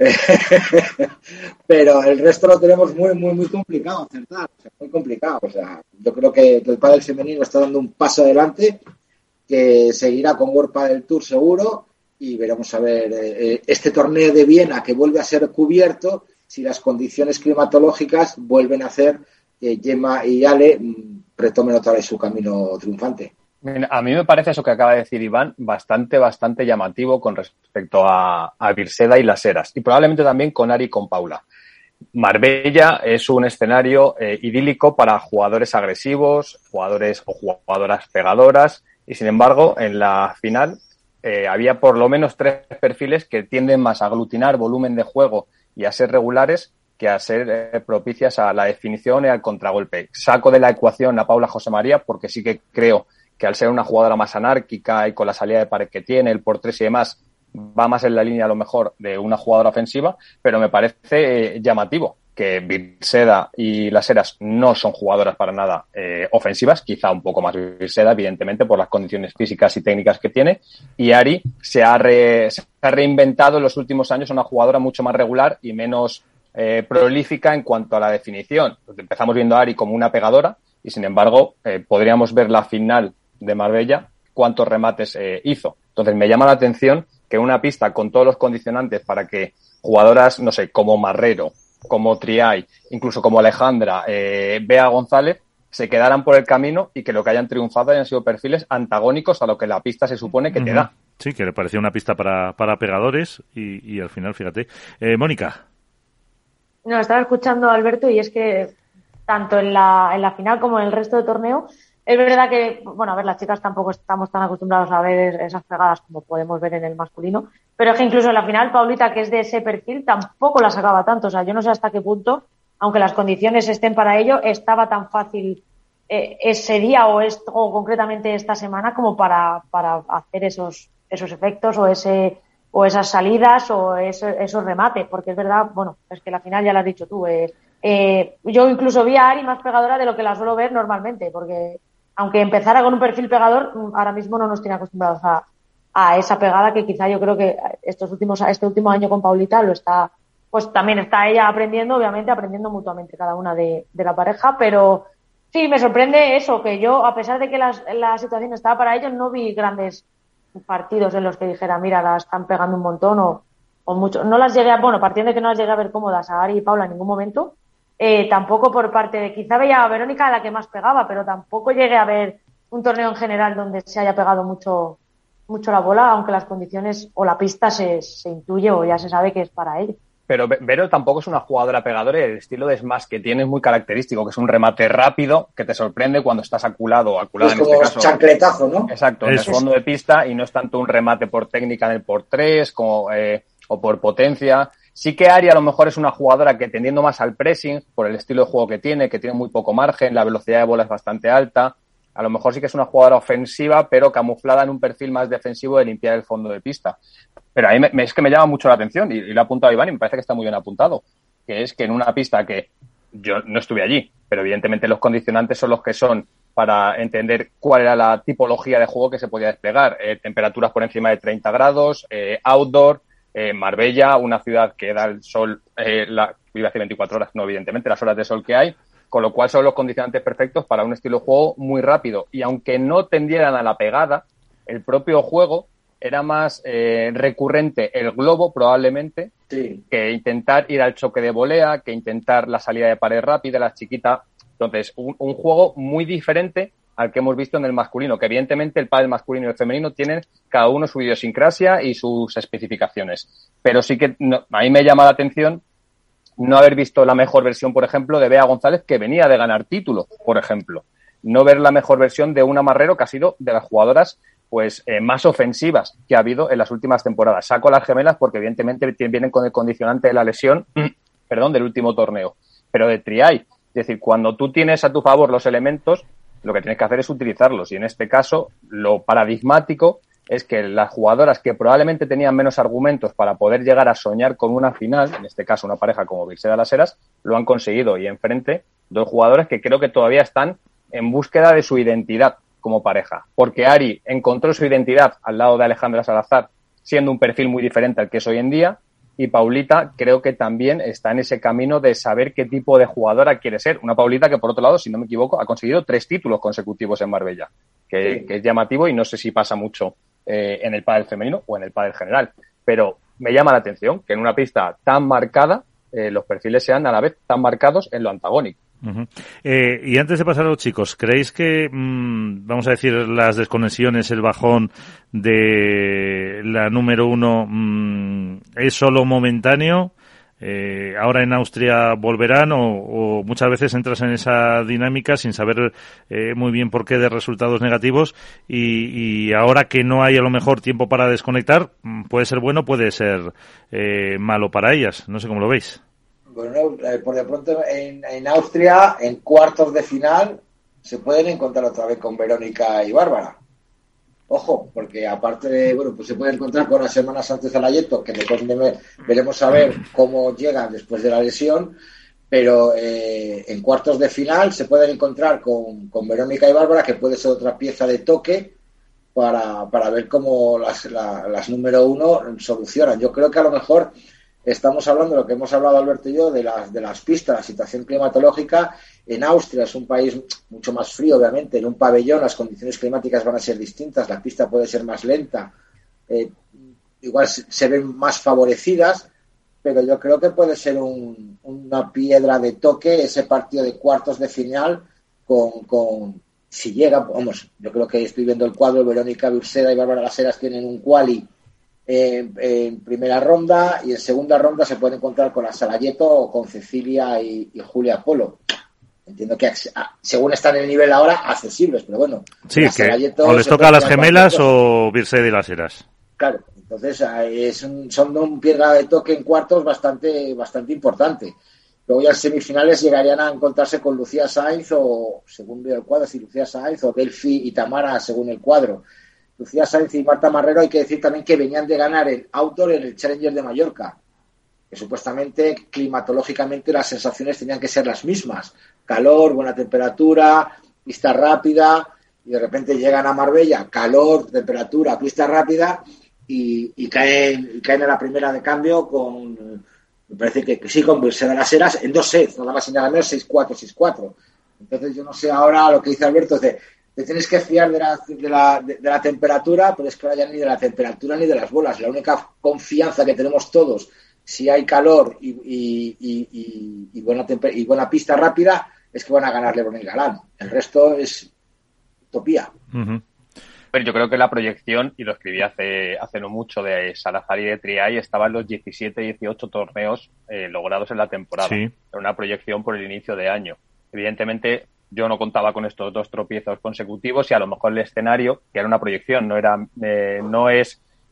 pero el resto lo tenemos muy complicado acertar, o sea, muy complicado. O sea, yo creo que el pádel femenino está dando un paso adelante, que seguirá con World Padel Tour seguro, y veremos a ver este torneo de Viena, que vuelve a ser cubierto, si las condiciones climatológicas vuelven a hacer que Gemma y Ale retomen otra vez su camino triunfante. A mí me parece eso que acaba de decir Iván bastante llamativo con respecto a Birseda y Las Heras, y probablemente también con Ari y con Paula. Marbella es un escenario idílico para jugadores agresivos, jugadores o jugadoras pegadoras, y sin embargo en la final había por lo menos 3 perfiles que tienden más a aglutinar volumen de juego y a ser regulares que a ser propicias a la definición y al contragolpe. Saco de la ecuación a Paula José María porque sí que creo que al ser una jugadora más anárquica y con la salida de pared que tiene, el por 3 y demás, va más en la línea a lo mejor de una jugadora ofensiva, pero me parece llamativo que Birseda y Las Heras no son jugadoras para nada ofensivas, quizá un poco más Birseda, evidentemente, por las condiciones físicas y técnicas que tiene, y Ari se ha reinventado en los últimos años una jugadora mucho más regular y menos prolífica en cuanto a la definición. Empezamos viendo a Ari como una pegadora y, sin embargo, podríamos ver la final de Marbella, cuántos remates hizo. Entonces, me llama la atención que una pista con todos los condicionantes para que jugadoras, no sé, como Marrero, como Triay, incluso como Alejandra, Bea González, se quedaran por el camino y que lo que hayan triunfado hayan sido perfiles antagónicos a lo que la pista se supone que te da. Sí, que le parecía una pista para pegadores y al final, fíjate. Mónica. No, estaba escuchando a Alberto y es que tanto en la final como en el resto del torneo, es verdad que, bueno, a ver, las chicas tampoco estamos tan acostumbrados a ver esas pegadas como podemos ver en el masculino, pero es que incluso en la final, Paulita, que es de ese perfil, tampoco la sacaba tanto. O sea, yo no sé hasta qué punto, aunque las condiciones estén para ello, estaba tan fácil ese día o concretamente esta semana como para hacer esos efectos o esas salidas o esos remates, porque es verdad, bueno, es que la final ya lo has dicho tú, yo incluso vi a Ari más pegadora de lo que la suelo ver normalmente, porque aunque empezara con un perfil pegador, ahora mismo no nos tiene acostumbrados a esa pegada que quizá yo creo que este último año con Paulita lo está, pues también está ella aprendiendo, obviamente aprendiendo mutuamente cada una de la pareja, pero sí, me sorprende eso, que yo, a pesar de que la situación estaba para ellos, no vi grandes partidos en los que dijera, mira, la están pegando un montón o mucho. No las llegué partiendo de que no las llegué a ver cómodas a Ari y Paula en ningún momento, tampoco por parte de, quizá veía a Verónica la que más pegaba, pero tampoco llegué a ver un torneo en general donde se haya pegado mucho la bola, aunque las condiciones o la pista se intuye o ya se sabe que es para ella. Pero Vero tampoco es una jugadora pegadora y el estilo de smash que tiene es muy característico, que es un remate rápido que te sorprende cuando estás aculado o aculada en este caso. Chancletazo, ¿no? Exacto, en el fondo de pista y no es tanto un remate por técnica en el por 3 como, o por potencia, Sí que Ari a lo mejor es una jugadora que tendiendo más al pressing, por el estilo de juego que tiene muy poco margen, la velocidad de bola es bastante alta. A lo mejor sí que es una jugadora ofensiva, pero camuflada en un perfil más defensivo de limpiar el fondo de pista. Pero a mí es que me llama mucho la atención, y lo ha apuntado Iván y me parece que está muy bien apuntado, que es que en una pista que yo no estuve allí, pero evidentemente los condicionantes son los que son para entender cuál era la tipología de juego que se podía desplegar. Temperaturas por encima de 30 grados, outdoor, Marbella, una ciudad que da el sol, iba a decir 24 horas, no, evidentemente, las horas de sol que hay, con lo cual son los condicionantes perfectos para un estilo de juego muy rápido. Y aunque no tendieran a la pegada, el propio juego era más recurrente el globo, probablemente, sí, que intentar ir al choque de volea, que intentar la salida de pared rápida, la chiquita. Entonces, un juego muy diferente al que hemos visto en el masculino, que evidentemente el pádel masculino y el femenino tienen cada uno su idiosincrasia y sus especificaciones. Pero sí que a mí me llama la atención no haber visto la mejor versión, por ejemplo, de Bea González, que venía de ganar título, por ejemplo. No ver la mejor versión de una Marrero, que ha sido de las jugadoras pues más ofensivas que ha habido en las últimas temporadas. Saco las gemelas porque evidentemente vienen con el condicionante de la lesión, del último torneo. Pero de Triay, es decir, cuando tú tienes a tu favor los elementos, lo que tienes que hacer es utilizarlos. Y en este caso, lo paradigmático es que las jugadoras que probablemente tenían menos argumentos para poder llegar a soñar con una final, en este caso una pareja como Virceda Las Heras, lo han conseguido. Y enfrente, dos jugadores que creo que todavía están en búsqueda de su identidad como pareja. Porque Ari encontró su identidad al lado de Alejandra Salazar, siendo un perfil muy diferente al que es hoy en día. Y Paulita creo que también está en ese camino de saber qué tipo de jugadora quiere ser. Una Paulita que, por otro lado, si no me equivoco, ha conseguido 3 títulos consecutivos en Marbella, que es llamativo y no sé si pasa mucho en el pádel femenino o en el pádel general. Pero me llama la atención que en una pista tan marcada los perfiles sean a la vez tan marcados en lo antagónico. Uh-huh. Y antes de pasar a los chicos, ¿creéis que, vamos a decir, las desconexiones, el bajón de la número 1 es solo momentáneo? Ahora en Austria volverán o muchas veces entras en esa dinámica sin saber muy bien por qué de resultados negativos y ahora que no hay a lo mejor tiempo para desconectar, puede ser bueno, puede ser malo para ellas. No sé cómo lo veis. Bueno, por de pronto en Austria, en cuartos de final, se pueden encontrar otra vez con Verónica y Bárbara. Ojo, porque aparte de, pues se pueden encontrar con las hermanas Sánchez Alayeto, que después veremos a ver cómo llegan después de la lesión, pero en cuartos de final se pueden encontrar con Verónica y Bárbara, que puede ser otra pieza de toque para ver cómo las número 1 solucionan. Yo creo que a lo mejor estamos hablando de lo que hemos hablado Alberto y yo, de las pistas, la situación climatológica. En Austria es un país mucho más frío, obviamente. En un pabellón las condiciones climáticas van a ser distintas, la pista puede ser más lenta, igual se ven más favorecidas, pero yo creo que puede ser una piedra de toque ese partido de cuartos de final con si llega, vamos, yo creo que estoy viendo el cuadro, Verónica Virceda y Bárbara Las Heras tienen un quali en primera ronda y en segunda ronda se puede encontrar con la Salayeto o con Cecilia y Julia Polo. Entiendo que según están en el nivel ahora, accesibles, pero bueno. Sí, que o les toca a las gemelas o Virceda y Las Heras. Claro, entonces son un piedra de toque en cuartos bastante importante. Luego ya en semifinales llegarían a encontrarse con Lucía Sainz o, según veo el cuadro, si Lucía Sainz o Delphi y Tamara según el cuadro. Lucía Sainz y Marta Marrero hay que decir también que venían de ganar el outdoor en el Challenger de Mallorca, que supuestamente climatológicamente las sensaciones tenían que ser las mismas. Calor, buena temperatura, pista rápida, y de repente llegan a Marbella, calor, temperatura, pista rápida, y caen a la primera de cambio con, me parece que sí, con Virceda Las Heras en 2 sets, nada más y nada menos, 6-4, 6-4. Entonces yo no sé ahora lo que dice Alberto, es te tienes que fiar de la temperatura, pero es que ahora ya ni de la temperatura ni de las bolas. La única confianza que tenemos todos, si hay calor y buena pista rápida, es que van a ganar LeBron y Galán. El resto es utopía. Uh-huh. Pero yo creo que la proyección, y lo escribí hace no mucho, de Salazar y de Triay, estaban los 17-18 torneos logrados en la temporada. Sí. Era una proyección por el inicio de año. Evidentemente, yo no contaba con estos 2 tropiezos consecutivos y a lo mejor el escenario, que era una proyección, no es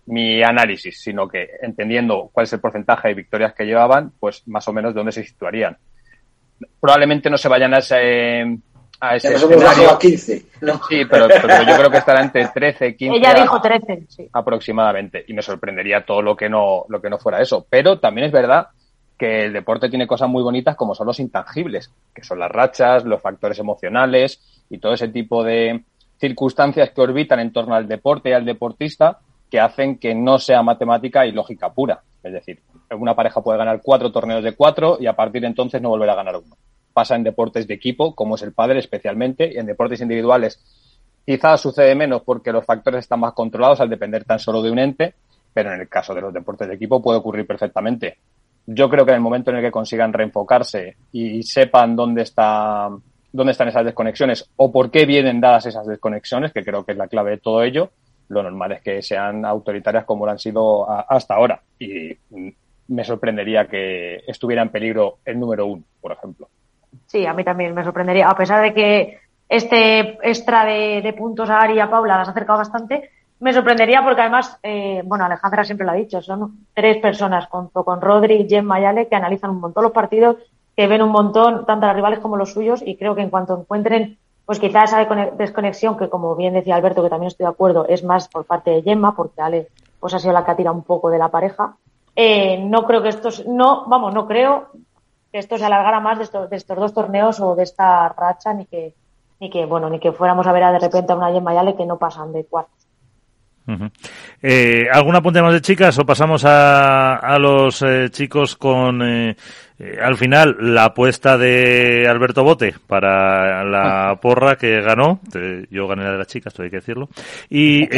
mi análisis, sino que entendiendo cuál es el porcentaje de victorias que llevaban, pues más o menos de dónde se situarían. Probablemente no se vayan a ese ya nos hemos bajado a 15, ¿no? Sí, pero yo creo que estará entre 13 y 15. Ella dijo 13, sí. Aproximadamente, y me sorprendería todo lo que no fuera eso. Pero también es verdad que el deporte tiene cosas muy bonitas como son los intangibles, que son las rachas, los factores emocionales y todo ese tipo de circunstancias que orbitan en torno al deporte y al deportista que hacen que no sea matemática y lógica pura. Es decir, una pareja puede ganar 4 torneos de 4 y a partir de entonces no volverá a ganar uno. Pasa en deportes de equipo, como es el pádel especialmente, y en deportes individuales quizás sucede menos porque los factores están más controlados al depender tan solo de un ente, pero en el caso de los deportes de equipo puede ocurrir perfectamente. Yo creo que en el momento en el que consigan reenfocarse y sepan dónde están esas desconexiones o por qué vienen dadas esas desconexiones, que creo que es la clave de todo ello, lo normal es que sean autoritarias como lo han sido hasta ahora. Y me sorprendería que estuviera en peligro el número 1, por ejemplo. Sí, a mí también me sorprendería. A pesar de que este extra de puntos a Ari y a Paula las ha acercado bastante, me sorprendería porque además, Alejandra siempre lo ha dicho, son 3 personas, junto con Rodri, Gemma y Ale, que analizan un montón los partidos, que ven un montón tanto a los rivales como los suyos, y creo que en cuanto encuentren pues quizás esa desconexión, que como bien decía Alberto, que también estoy de acuerdo, es más por parte de Gemma, porque Ale pues ha sido la que ha tirado un poco de la pareja. No creo que no creo que esto se alargara más de estos 2 torneos o de esta racha, ni que fuéramos a ver de repente a una Gemma y Ale que no pasan de cuartos. Uh-huh. ¿Algún apunte más de chicas o pasamos a los chicos con al final la apuesta de Alberto Bote para la porra que ganó? Yo gané la de las chicas, esto hay que decirlo. Y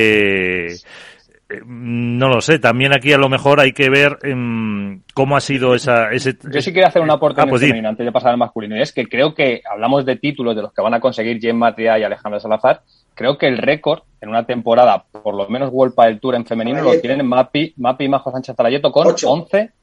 no lo sé, también aquí a lo mejor hay que ver cómo ha sido ese... Yo sí quiero hacer un aporte pues femenino antes de pasar al masculino, y es que creo que hablamos de títulos de los que van a conseguir Gemma Tria y Alejandra Salazar. Creo que el récord en una temporada, por lo menos World Padel Tour en femenino, lo tienen Mapi y Majo Sánchez Zalayeto con 11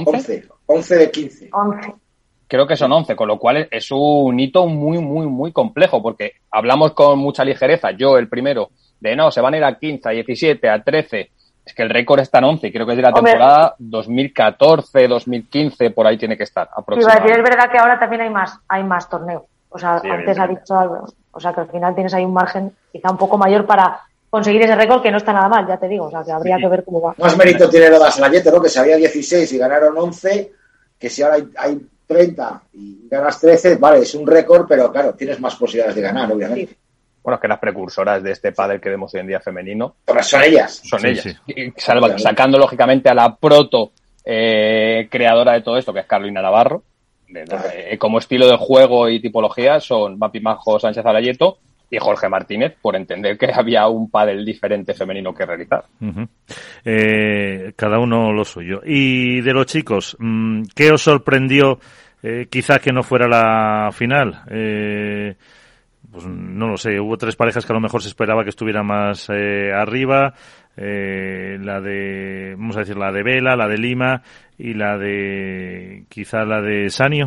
de 15. 11. Creo que son 11, con lo cual es un hito muy, muy, muy complejo, porque hablamos con mucha ligereza, yo el primero, de no, se van a ir a 15, a 17, a 13, es que el récord está en 11, creo que es de la temporada 2014, 2015, por ahí tiene que estar, aproximadamente. Es verdad que ahora también hay más torneos, o sea, sí, antes ha dicho algo, o sea, que al final tienes ahí un margen quizá un poco mayor para conseguir ese récord, que no está nada mal, ya te digo, o sea, que habría que ver cómo va. Más mérito tiene lo de Salayete, ¿no? Que si había 16 y ganaron 11, que si ahora hay 30 y ganas 13, vale, es un récord, pero claro, tienes más posibilidades de ganar, obviamente. Sí. Bueno, es que las precursoras de este pádel que vemos hoy en día femenino... Son ellas. Son ellas. Sí. Sacando, lógicamente, a la creadora de todo esto, que es Carolina Navarro. Como estilo de juego y tipología son Mapi Majo Sánchez Zalayeto y Jorge Martínez, por entender que había un pádel diferente femenino que realizar. Uh-huh. Cada uno lo suyo. Y de los chicos, ¿qué os sorprendió quizás que no fuera la final? Pues no lo sé, hubo 3 parejas que a lo mejor se esperaba que estuvieran más arriba, la de Vela, la de Lima y quizá la de Sanio.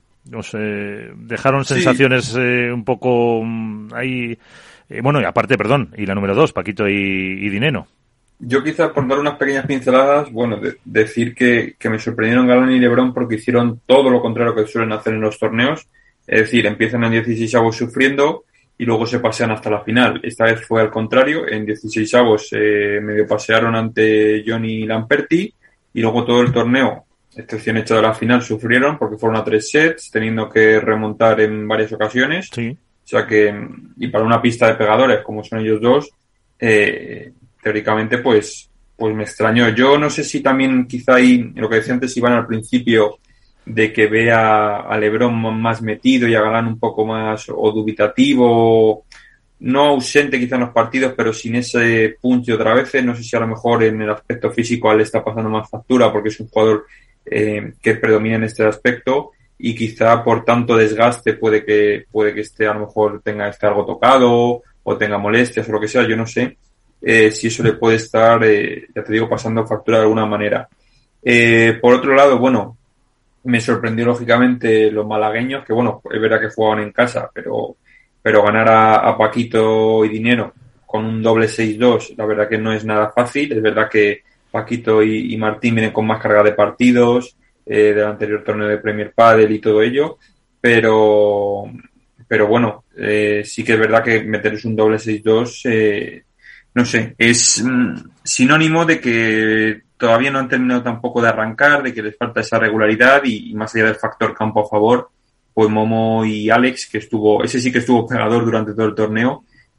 Dejaron sensaciones un poco ahí, y aparte, y la número 2, Paquito y Dineno. Yo quizás por dar unas pequeñas pinceladas, decir que me sorprendieron Galán y Lebrón porque hicieron todo lo contrario que suelen hacer en los torneos. Es decir, empiezan en 16avos sufriendo y luego se pasean hasta la final. Esta vez fue al contrario. En 16avos medio pasearon ante Johnny Lamperti y luego todo el torneo, excepción hecha de la final, sufrieron porque fueron a 3 sets, teniendo que remontar en varias ocasiones. Sí. O sea que, y para una pista de pegadores como son ellos dos, teóricamente pues me extrañó. Yo no sé si también quizá ahí, lo que decía antes Iván al principio, de que vea a Lebrón más metido y a Galán un poco más o dubitativo, no ausente quizá en los partidos, pero sin ese punch de otra vez. No sé si a lo mejor en el aspecto físico a él le está pasando más factura porque es un jugador que predomina en este aspecto y quizá por tanto desgaste puede que esté, a lo mejor esté algo tocado o tenga molestias o lo que sea. Yo no sé si eso le puede estar, ya te digo, pasando factura de alguna manera. Por otro lado, me sorprendió lógicamente los malagueños, que es verdad que jugaban en casa, pero ganar a Paquito y Dinero con un doble 6-2, la verdad que no es nada fácil. Es verdad que Paquito y Martín vienen con más carga de partidos del anterior torneo de Premier Padel y todo ello, pero bueno, sí que es verdad que meterles un doble 6-2, no sé, es sinónimo de que todavía no han terminado tampoco de arrancar, de que les falta esa regularidad y más allá del factor campo a favor, pues Momo y Alex, ese sí que estuvo pegador durante todo el torneo,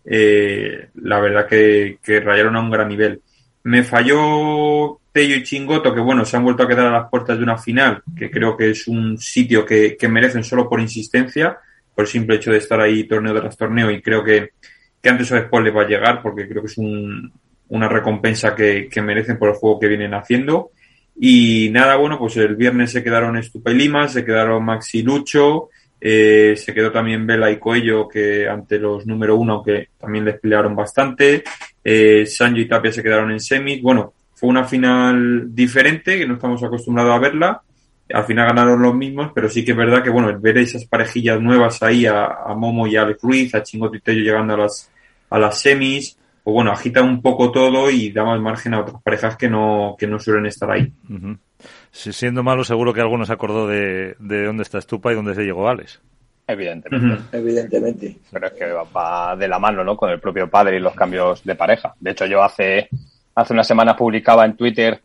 la verdad que rayaron a un gran nivel. Me falló Tello y Chingoto, que bueno, se han vuelto a quedar a las puertas de una final, que creo que es un sitio que merecen solo por insistencia, por el simple hecho de estar ahí torneo tras torneo, y creo que antes o después les va a llegar, porque creo que es una recompensa que merecen por el juego que vienen haciendo. Y nada, bueno, pues el viernes se quedaron Estupa y Lima, se quedaron Maxi y Lucho, se quedó también Vela y Coello, que ante los número 1, aunque también les pelearon bastante. Sancho y Tapia se quedaron en semis. Bueno, fue una final diferente, que no estamos acostumbrados a verla. Al final ganaron los mismos, pero sí que es verdad que, bueno, el ver esas parejillas nuevas ahí, a Momo y a Alex Ruiz, a Chingoto y Tello llegando a las semis, pues bueno, agita un poco todo y da más margen a otras parejas que no suelen estar ahí. Uh-huh. Si siendo malo, seguro que alguno se acordó de dónde está Estupa y dónde se llegó Alex. Evidentemente. Uh-huh. Evidentemente. Pero es que va de la mano, ¿no? Con el propio padre y los cambios de pareja. De hecho, yo hace una semana publicaba en Twitter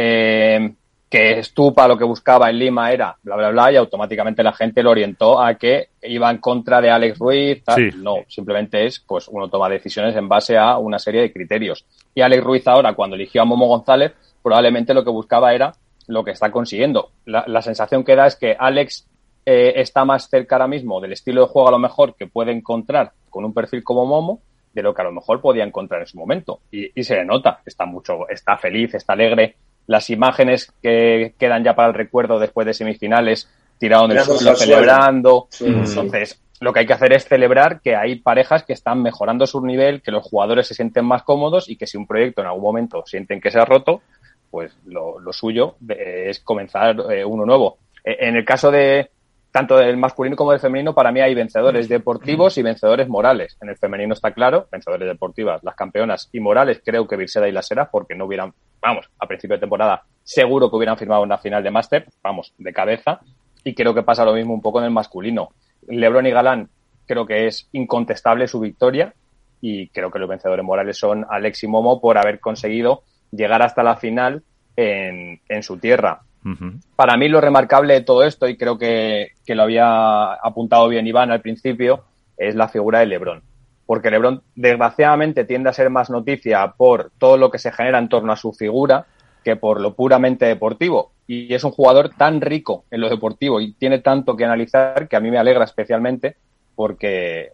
que Estupa lo que buscaba en Lima era bla, bla, bla, y automáticamente la gente lo orientó a que iba en contra de Alex Ruiz. Tal. Sí. No, simplemente es, pues, uno toma decisiones en base a una serie de criterios. Y Alex Ruiz ahora, cuando eligió a Momo González, probablemente lo que buscaba era lo que está consiguiendo. La sensación que da es que Alex está más cerca ahora mismo del estilo de juego a lo mejor que puede encontrar con un perfil como Momo, de lo que a lo mejor podía encontrar en su momento. Y se le nota, está feliz, está alegre. Las imágenes que quedan ya para el recuerdo después de semifinales, tirado en el suelo celebrando. Sí, entonces, lo que hay que hacer es celebrar que hay parejas que están mejorando su nivel, que los jugadores se sienten más cómodos y que si un proyecto en algún momento sienten que se ha roto, pues lo suyo es comenzar uno nuevo. En el caso de tanto del masculino como del femenino, para mí hay vencedores deportivos y vencedores morales. En el femenino está claro, vencedores deportivas, las campeonas, y morales creo que Virseda y Las Heras, porque no hubieran, a principio de temporada, seguro que hubieran firmado una final de máster, de cabeza, y creo que pasa lo mismo un poco en el masculino. LeBron y Galán creo que es incontestable su victoria, y creo que los vencedores morales son Alex y Momo por haber conseguido llegar hasta la final en su tierra. Uh-huh. Para mí lo remarcable de todo esto, y creo que lo había apuntado bien Iván al principio, es la figura de LeBron. Porque LeBron desgraciadamente tiende a ser más noticia por todo lo que se genera en torno a su figura que por lo puramente deportivo. Y es un jugador tan rico en lo deportivo y tiene tanto que analizar que a mí me alegra especialmente porque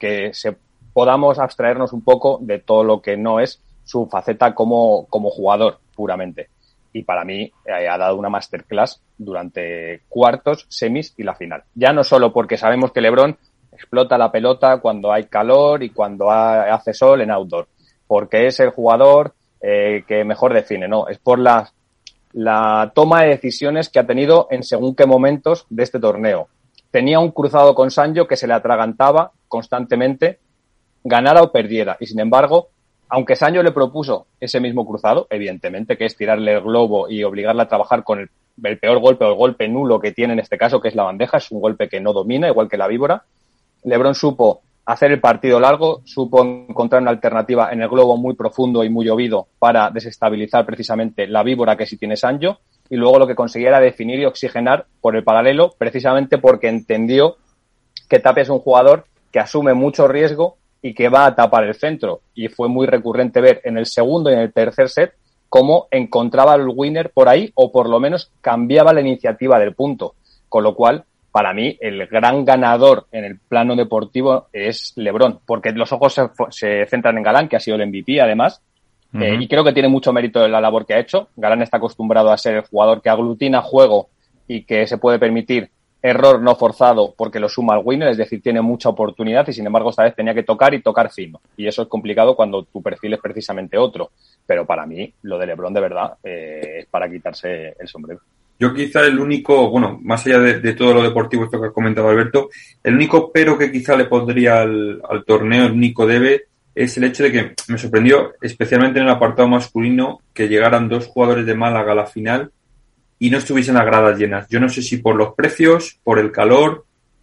podamos abstraernos un poco de todo lo que no es su faceta como jugador puramente. Y para mí ha dado una masterclass durante cuartos, semis y la final. Ya no solo porque sabemos que LeBron explota la pelota cuando hay calor y cuando hace sol en outdoor, porque es el jugador que mejor define, no, es por la toma de decisiones que ha tenido en según qué momentos de este torneo. Tenía un cruzado con Sancho que se le atragantaba constantemente, ganara o perdiera, y sin embargo, aunque Sancho le propuso ese mismo cruzado, evidentemente, que es tirarle el globo y obligarle a trabajar con el peor golpe o el golpe nulo que tiene en este caso, que es la bandeja, es un golpe que no domina, igual que la víbora. LeBron supo hacer el partido largo, supo encontrar una alternativa en el globo muy profundo y muy llovido para desestabilizar precisamente la víbora que sí tiene Sancho, y luego lo que conseguía era definir y oxigenar por el paralelo, precisamente porque entendió que Tapia es un jugador que asume mucho riesgo y que va a tapar el centro. Y fue muy recurrente ver en el segundo y en el tercer set cómo encontraba el winner por ahí, o por lo menos cambiaba la iniciativa del punto. Con lo cual, para mí, el gran ganador en el plano deportivo es LeBron, porque los ojos se centran en Galán, que ha sido el MVP además, y creo que tiene mucho mérito en la labor que ha hecho. Galán está acostumbrado a ser el jugador que aglutina juego y que se puede permitir error no forzado porque lo suma al winner, es decir, tiene mucha oportunidad y sin embargo esta vez tenía que tocar y tocar fino. Y eso es complicado cuando tu perfil es precisamente otro. Pero para mí, lo de LeBron de verdad es para quitarse el sombrero. Yo quizá el único, bueno, más allá de todo lo deportivo, esto que ha comentado Alberto, el único pero que quizá le pondría al torneo, el único debe, es el hecho de que me sorprendió, especialmente en el apartado masculino, que llegaran 2 jugadores de Málaga a la final y no estuviesen las gradas llenas. Yo no sé si por los precios, por el calor,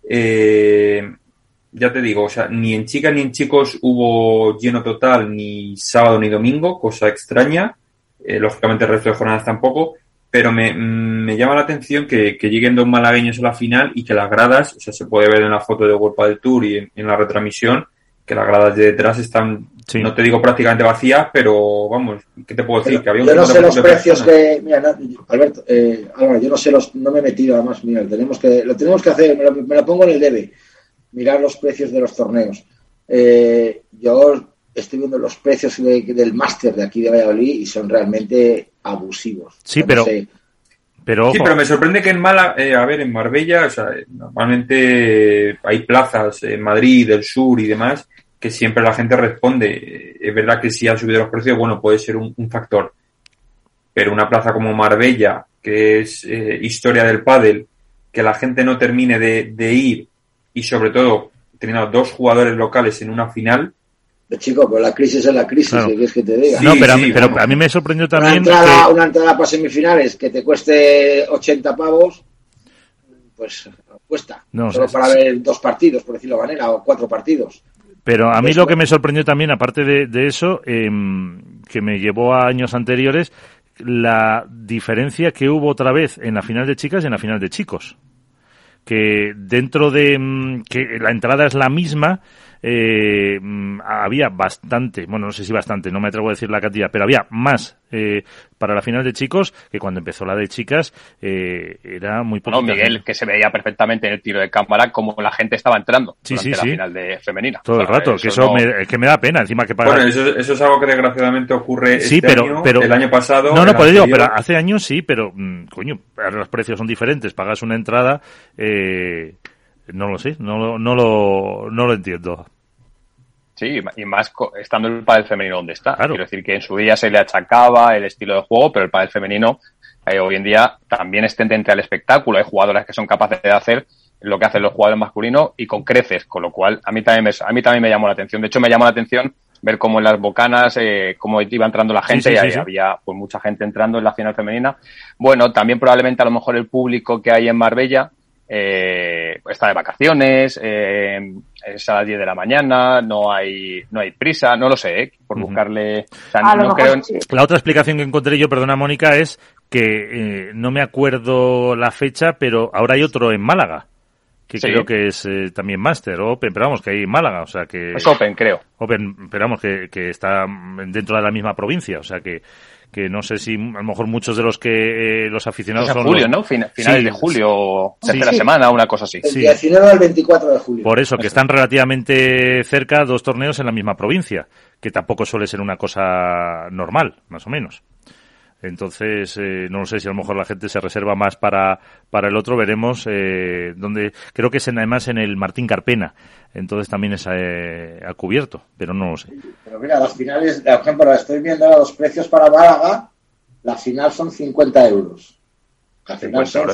ya te digo, o sea, ni en chicas ni en chicos hubo lleno total, ni sábado ni domingo, cosa extraña, lógicamente el resto de jornadas tampoco, pero me llama la atención que lleguen 2 malagueños a la final y que las gradas, o sea, se puede ver en la foto de World Padel Tour y en la retransmisión, que las gradas de detrás están, no te digo prácticamente vacías, pero vamos, ¿qué te puedo decir? Pero que había yo no sé los precios personas. que... Mira, Alberto, Álvaro, yo no sé no me he metido, además, mira, lo tenemos que hacer, me lo pongo en el debe, mirar los precios de los torneos. Yo estoy viendo los precios del máster de aquí de Valladolid y son realmente abusivos. Sí, no pero... sé. Pero, sí, pero me sorprende que en en Marbella, o sea, normalmente hay plazas en Madrid, del sur y demás, que siempre la gente responde. Es verdad que si han subido los precios, bueno, puede ser un factor. Pero una plaza como Marbella, que es historia del pádel, que la gente no termine de ir y sobre todo teniendo 2 jugadores locales en una final. Chico, pues la crisis es la crisis, claro. ¿Qué quieres que te diga? Sí, no, pero a mí me sorprendió también una entrada para semifinales que te cueste 80 pavos, pues cuesta. No, solo para ver 2 partidos, por decirlo de manera, o 4 partidos. Pero a mí lo que me sorprendió también, aparte de eso, que me llevó a años anteriores, la diferencia que hubo otra vez en la final de chicas y en la final de chicos. Que dentro de que la entrada es la misma, había bastante, bueno, no sé si bastante, no me atrevo a decir la cantidad, pero había más para la final de chicos que cuando empezó la de chicas era muy poquita. No, Miguel, que se veía perfectamente en el tiro de cámara como la gente estaba entrando durante la final de femenina. Todo el rato, que eso no... me da pena, encima que pagar. Bueno, eso es algo que desgraciadamente ocurre año, el año pasado. No, pues digo, pero hace años sí, pero coño, los precios son diferentes, pagas una entrada, no lo sé, no lo entiendo. Sí, y más estando el pádel femenino donde está. Claro. Quiero decir que en su día se le achacaba el estilo de juego, pero el pádel femenino hoy en día también es tendente al espectáculo. Hay jugadoras que son capaces de hacer lo que hacen los jugadores masculinos y con creces, con lo cual a mí también me llamó la atención. De hecho, me llamó la atención ver cómo en las bocanas, cómo iba entrando la gente, y había pues mucha gente entrando en la final femenina. Bueno, también probablemente a lo mejor el público que hay en Marbella está de vacaciones, es a las 10 de la mañana, no hay prisa, no lo sé, por buscarle... O sea, no creo... La otra explicación que encontré yo, perdona Mónica, es que no me acuerdo la fecha, pero ahora hay otro en Málaga, que creo que es también Máster, Open, pero vamos, que hay en Málaga, o sea que... Es Open, creo. Open, pero vamos, que está dentro de la misma provincia, o sea que no sé si a lo mejor muchos de los que los aficionados son... julio, ¿no? Finales de julio, tercera semana, una cosa así. El 19 al 24 de julio. Por eso, que están relativamente cerca 2 torneos en la misma provincia, que tampoco suele ser una cosa normal, más o menos. Entonces, no lo sé si a lo mejor la gente se reserva más para el otro, veremos, donde creo que es además en el Martín Carpena, entonces también es a cubierto, pero no lo sé. Pero mira, las finales, por ejemplo, estoy viendo los precios para Málaga, la final son 50 euros. La final son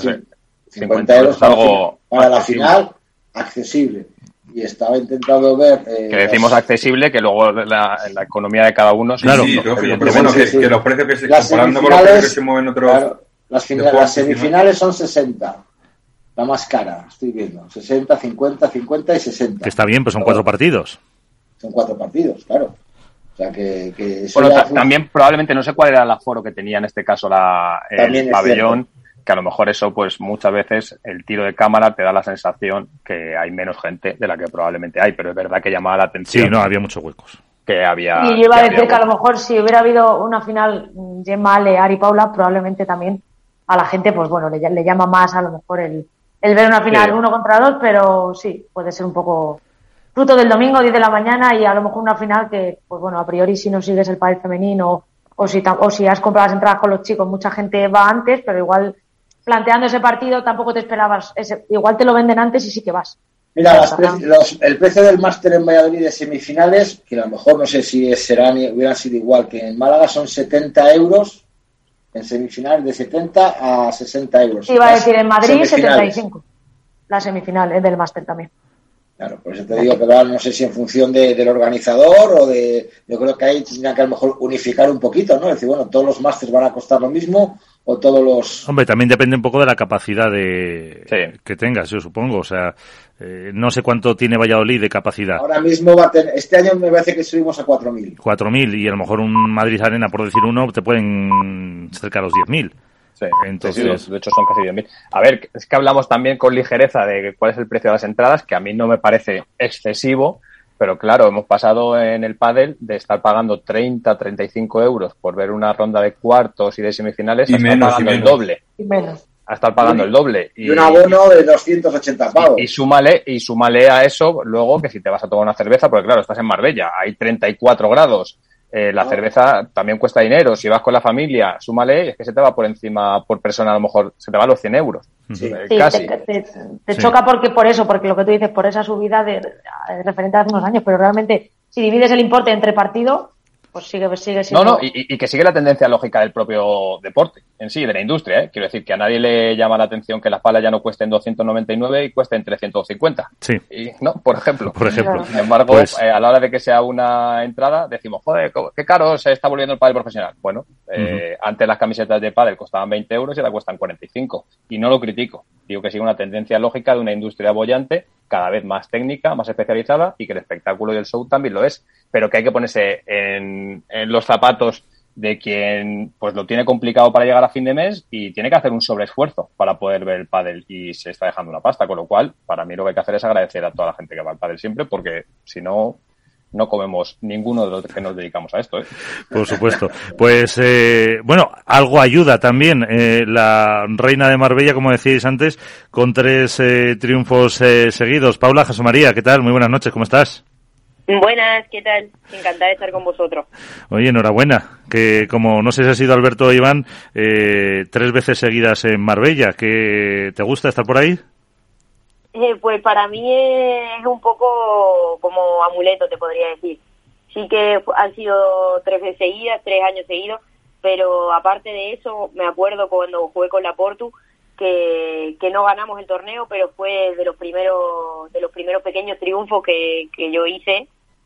50 euros para la final, accesible. Y estaba intentando ver... que decimos accesible, que luego la economía de cada uno... Claro, pero bueno, que los precios que se... Comparando con los precios que se mueven otros... Claro, las semifinales son 60. La más cara, estoy viendo. 60, 50, 50 y 60. Que está bien, pues son 4 partidos. Son 4 partidos, claro. O sea que bueno, también probablemente, no sé cuál era el aforo que tenía en este caso el pabellón, que a lo mejor eso, pues muchas veces el tiro de cámara te da la sensación que hay menos gente de la que probablemente hay, pero es verdad que llamaba la atención. Sí, no, había muchos huecos. Que había... Y yo iba a decir que a lo mejor si hubiera habido una final Gemma, Ale, Ari, Paula, probablemente también a la gente, pues bueno, le llama más a lo mejor el ver una final 1 contra 2, pero sí, puede ser un poco fruto del domingo, 10 de la mañana, y a lo mejor una final que, pues bueno, a priori si no sigues el pádel femenino o si has comprado las entradas con los chicos, mucha gente va antes, pero igual planteando ese partido tampoco te esperabas igual te lo venden antes y sí que vas. Mira, el precio del máster en Valladolid de semifinales, que a lo mejor no sé si hubieran sido igual que en Málaga, son 70 euros en semifinales, de 70 a 60 euros. Iba a decir en Madrid 75, la semifinal del máster también. Claro, por eso te digo que no sé si en función del organizador o de... Yo creo que ahí tendrían que a lo mejor unificar un poquito, ¿no? Es decir, bueno, todos los másters van a costar lo mismo o todos los... Hombre, también depende un poco de la capacidad que tengas, yo supongo. O sea, no sé cuánto tiene Valladolid de capacidad. Ahora mismo va a tener... Este año me parece que subimos a 4.000. 4.000 y a lo mejor un Madrid Arena, por decir uno, te pueden cerca a los 10.000. Sí, entonces, sí, de hecho son casi 10.000. A ver, es que hablamos también con ligereza de cuál es el precio de las entradas, que a mí no me parece excesivo, pero claro, hemos pasado en el pádel de estar pagando 30, 35 euros por ver una ronda de cuartos y de semifinales a estar pagando el doble. Y menos. A estar pagando el doble. Y un abono de 280 pavos. Y súmale a eso luego que si te vas a tomar una cerveza, porque claro, estás en Marbella, hay 34 grados. La cerveza también cuesta dinero. Si vas con la familia, súmale, es que se te va por encima, por persona, a lo mejor se te va a los 100 euros. Sí. Casi. Te choca porque lo que tú dices, por esa subida de referente a hace unos años, pero realmente, si divides el importe entre partido, pues sigue siendo... No, y que sigue la tendencia lógica del propio deporte en sí, de la industria, ¿eh? Quiero decir que a nadie le llama la atención que las palas ya no cuesten 299 y cuesten 350. Sí. Y, ¿no? Por ejemplo. Sin embargo, pues... a la hora de que sea una entrada, decimos, joder, qué caro se está volviendo el pádel profesional. Bueno, antes las camisetas de pádel costaban 20 euros y ahora cuestan 45. Y no lo critico. Digo que sigue una tendencia lógica de una industria boyante cada vez más técnica, más especializada y que el espectáculo y el show también lo es. Pero que hay que ponerse en los zapatos de quien pues lo tiene complicado para llegar a fin de mes y tiene que hacer un sobreesfuerzo para poder ver el pádel y se está dejando una pasta, con lo cual para mí lo que hay que hacer es agradecer a toda la gente que va al pádel siempre, porque si no, no comemos ninguno de los que nos dedicamos a esto, ¿eh? Por supuesto. Pues, bueno, algo ayuda también la Reina de Marbella, como decíais antes, con 3 triunfos seguidos. Paula, Jesús María, ¿qué tal? Muy buenas noches, ¿cómo estás? Buenas, ¿qué tal? Encantada de estar con vosotros. Oye, enhorabuena, que como no sé si ha sido Alberto o Iván, 3 veces seguidas en Marbella, ¿que te gusta estar por ahí? Pues para mí es un poco como amuleto, te podría decir. Sí que han sido 3 veces seguidas, 3 años seguidos, pero aparte de eso, me acuerdo cuando jugué con la Portu, que no ganamos el torneo, pero fue de los primeros pequeños triunfos que yo hice,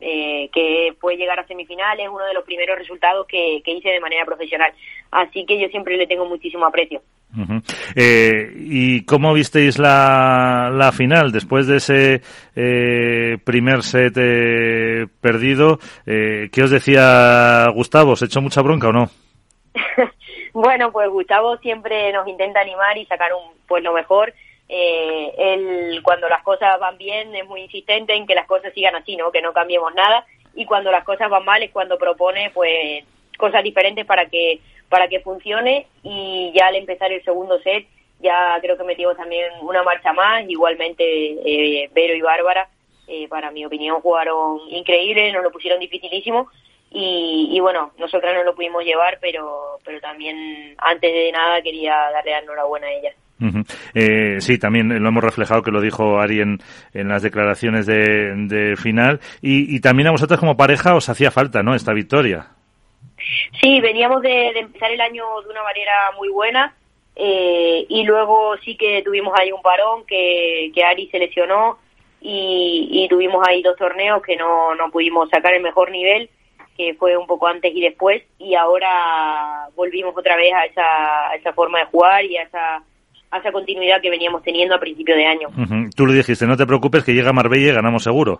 que fue llegar a semifinales, uno de los primeros resultados que hice de manera profesional. Así que yo siempre le tengo muchísimo aprecio. Uh-huh. ¿Y cómo visteis la final? Después de ese primer set perdido, ¿qué os decía Gustavo? ¿Se echó mucha bronca o no? Bueno, pues Gustavo siempre nos intenta animar y sacar pues lo mejor. Él, cuando las cosas van bien, es muy insistente en que las cosas sigan así, ¿no? Que no cambiemos nada. Y cuando las cosas van mal es cuando propone, pues, cosas diferentes para que funcione. Y ya al empezar el segundo set, ya creo que metimos también una marcha más. Igualmente, Vero y Bárbara, para mi opinión, jugaron increíble, nos lo pusieron dificilísimo. Y bueno, nosotras no lo pudimos llevar, pero también, antes de nada, quería darle la enhorabuena a ellas. Uh-huh. Sí, también lo hemos reflejado, que lo dijo Ari en las declaraciones de final, y también a vosotras como pareja os hacía falta, ¿no?, esta victoria. Sí, veníamos de empezar el año de una manera muy buena, y luego sí que tuvimos ahí un parón, que Ari se lesionó, y tuvimos ahí 2 torneos que no pudimos sacar el mejor nivel, que fue un poco antes y después, y ahora volvimos otra vez a esa forma de jugar y a esa continuidad que veníamos teniendo a principio de año. Uh-huh. Tú le dijiste, no te preocupes, que llega Marbella y ganamos seguro.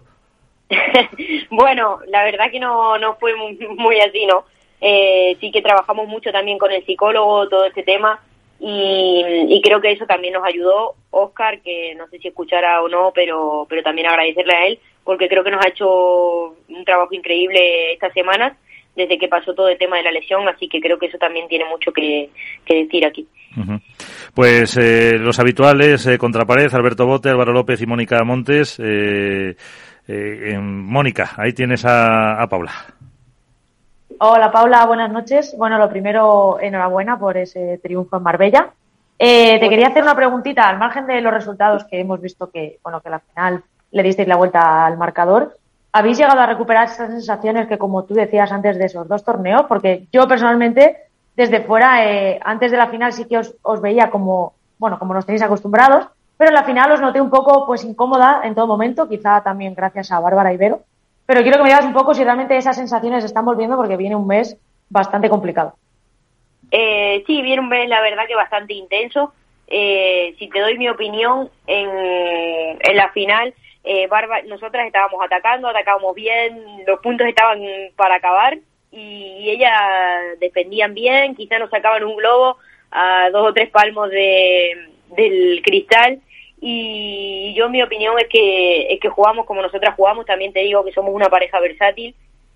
Bueno, la verdad que no fue muy así, ¿no? Sí que trabajamos mucho también con el psicólogo, todo este tema, y creo que eso también nos ayudó. Óscar, que no sé si escuchará o no, pero también agradecerle a él, porque creo que nos ha hecho un trabajo increíble estas semanas, desde que pasó todo el tema de la lesión, así que creo que eso también tiene mucho que decir aquí. Uh-huh. Pues los habituales, Contrapared, Alberto Bote, Álvaro López y Mónica Montes. Mónica, ahí tienes a Paula. Hola Paula, buenas noches. Bueno, lo primero, enhorabuena por ese triunfo en Marbella. Te quería hacer una preguntita, al margen de los resultados que hemos visto que la final le disteis la vuelta al marcador. ¿Habéis llegado a recuperar esas sensaciones que, como tú decías antes de esos 2 torneos? Porque yo personalmente, desde fuera, antes de la final sí que os veía como nos tenéis acostumbrados, pero en la final os noté un poco pues incómoda en todo momento, quizá también gracias a Bárbara Ibero. Pero quiero que me digas un poco si realmente esas sensaciones se están volviendo, porque viene un mes bastante complicado. Sí, viene un mes, la verdad, que bastante intenso. Si te doy mi opinión, en la final, nosotras estábamos atacábamos bien, los puntos estaban para acabar y ellas defendían bien, quizá nos sacaban un globo a 2 o 3 palmos del cristal. Y yo, mi opinión es que jugamos como nosotras jugamos. También te digo que somos una pareja versátil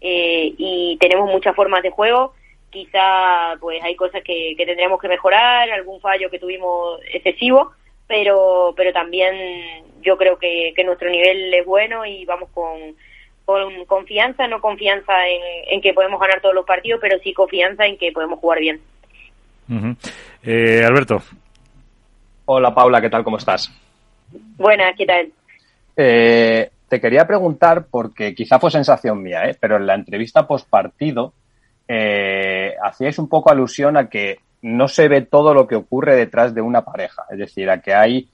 y tenemos muchas formas de juego. Quizá pues hay cosas que tendremos que mejorar, algún fallo que tuvimos excesivo, pero también yo creo que nuestro nivel es bueno y vamos con confianza, no confianza en que podemos ganar todos los partidos, pero sí confianza en que podemos jugar bien. Uh-huh. Alberto. Hola Paula, ¿qué tal? ¿Cómo estás? Buenas, ¿qué tal? Te quería preguntar, porque quizá fue sensación mía, pero en la entrevista postpartido hacíais un poco alusión a que no se ve todo lo que ocurre detrás de una pareja, es decir, a que hay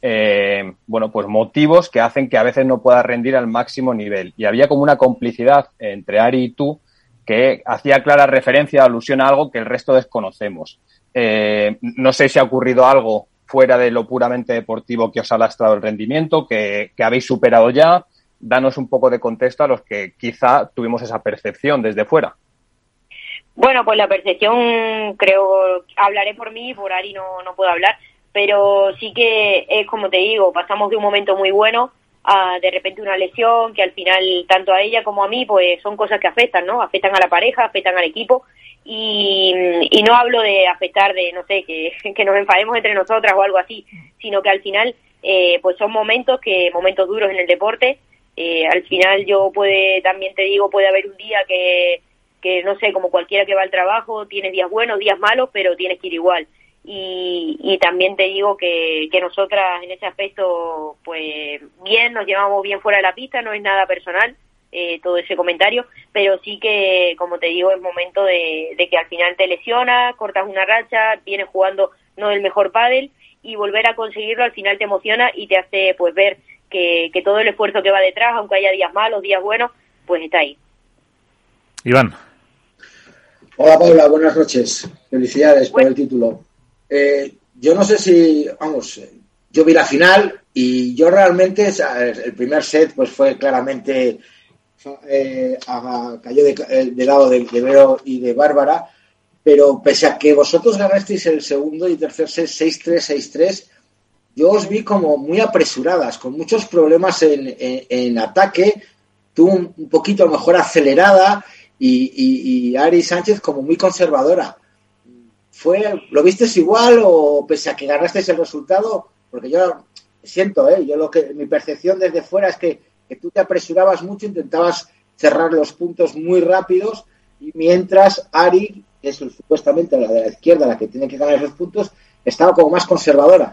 pues motivos que hacen que a veces no pueda rendir al máximo nivel, y había como una complicidad entre Ari y tú que hacía clara referencia, alusión a algo que el resto desconocemos. No sé si ha ocurrido algo fuera de lo puramente deportivo que os ha lastrado el rendimiento, que habéis superado ya. Danos un poco de contexto a los que quizá tuvimos esa percepción desde fuera. Bueno, pues la percepción, creo, hablaré por mí, por Ari no puedo hablar, pero sí que es como te digo, pasamos de un momento muy bueno a de repente una lesión que al final tanto a ella como a mí pues son cosas que afectan, ¿no? Afectan a la pareja, afectan al equipo y no hablo de afectar de, no sé, que nos enfademos entre nosotras o algo así, sino que al final pues son momentos duros en el deporte. Al final también te digo, puede haber un día que no sé, como cualquiera que va al trabajo, tienes días buenos, días malos, pero tienes que ir igual. Y también te digo que nosotras en ese aspecto, pues bien, nos llevamos bien fuera de la pista, no es nada personal todo ese comentario, pero sí que, como te digo, es momento de que al final te lesionas, cortas una racha, vienes jugando no el mejor pádel y volver a conseguirlo al final te emociona y te hace pues ver que todo el esfuerzo que va detrás, aunque haya días malos, días buenos, pues está ahí. Iván. Hola Paula, buenas noches. Felicidades por el título. Yo no sé si, yo vi la final y yo realmente, el primer set pues fue claramente, cayó del lado de Vero y de Bárbara, pero pese a que vosotros ganasteis el segundo y tercer set 6-3, 6-3, yo os vi como muy apresuradas, con muchos problemas en ataque, tú un poquito mejor acelerada y Ari Sánchez como muy conservadora. ¿Lo vistes igual o pese a que ganasteis el resultado? Porque yo siento, mi percepción desde fuera es que tú te apresurabas mucho, intentabas cerrar los puntos muy rápidos y mientras Ari, que es supuestamente la de la izquierda la que tiene que ganar esos puntos, estaba como más conservadora.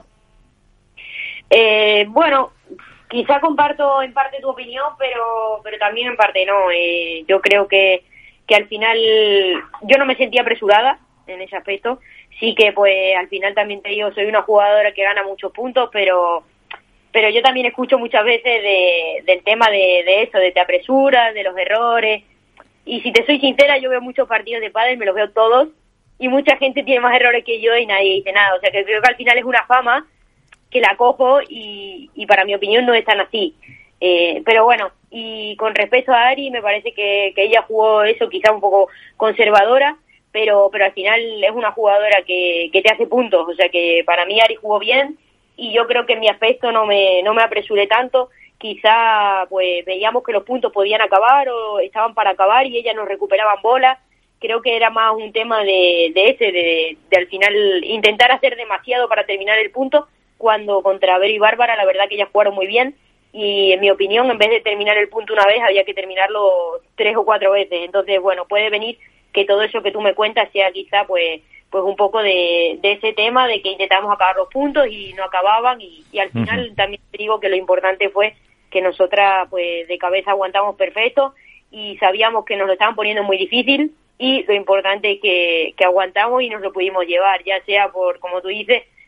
Bueno, quizá comparto en parte tu opinión, pero también en parte no. Yo creo que al final yo no me sentía apresurada en ese aspecto. Sí que pues al final también te digo, soy una jugadora que gana muchos puntos, pero yo también escucho muchas veces del tema de eso, de te apresuras, de los errores. Y si te soy sincera, yo veo muchos partidos de pádel, me los veo todos, y mucha gente tiene más errores que yo y nadie dice nada. O sea que creo que al final es una fama que la cojo y para mi opinión no es tan así. Pero bueno, y con respecto a Ari, me parece que ella jugó eso quizá un poco conservadora, pero al final es una jugadora que te hace puntos. O sea que para mí Ari jugó bien y yo creo que en mi aspecto no me apresuré tanto. Quizá pues veíamos que los puntos podían acabar o estaban para acabar y ellas nos recuperaban bolas. Creo que era más un tema de al final intentar hacer demasiado para terminar el punto, cuando contra Vero y Bárbara la verdad que ellas jugaron muy bien y en mi opinión en vez de terminar el punto una vez había que terminarlo 3 o 4 veces. Entonces bueno, puede venir que todo eso que tú me cuentas sea quizá pues un poco de ese tema de que intentamos acabar los puntos y no acababan y al final también te digo que lo importante fue que nosotras pues de cabeza aguantamos perfecto y sabíamos que nos lo estaban poniendo muy difícil y lo importante es que aguantamos y nos lo pudimos llevar, ya sea por, como tú dices,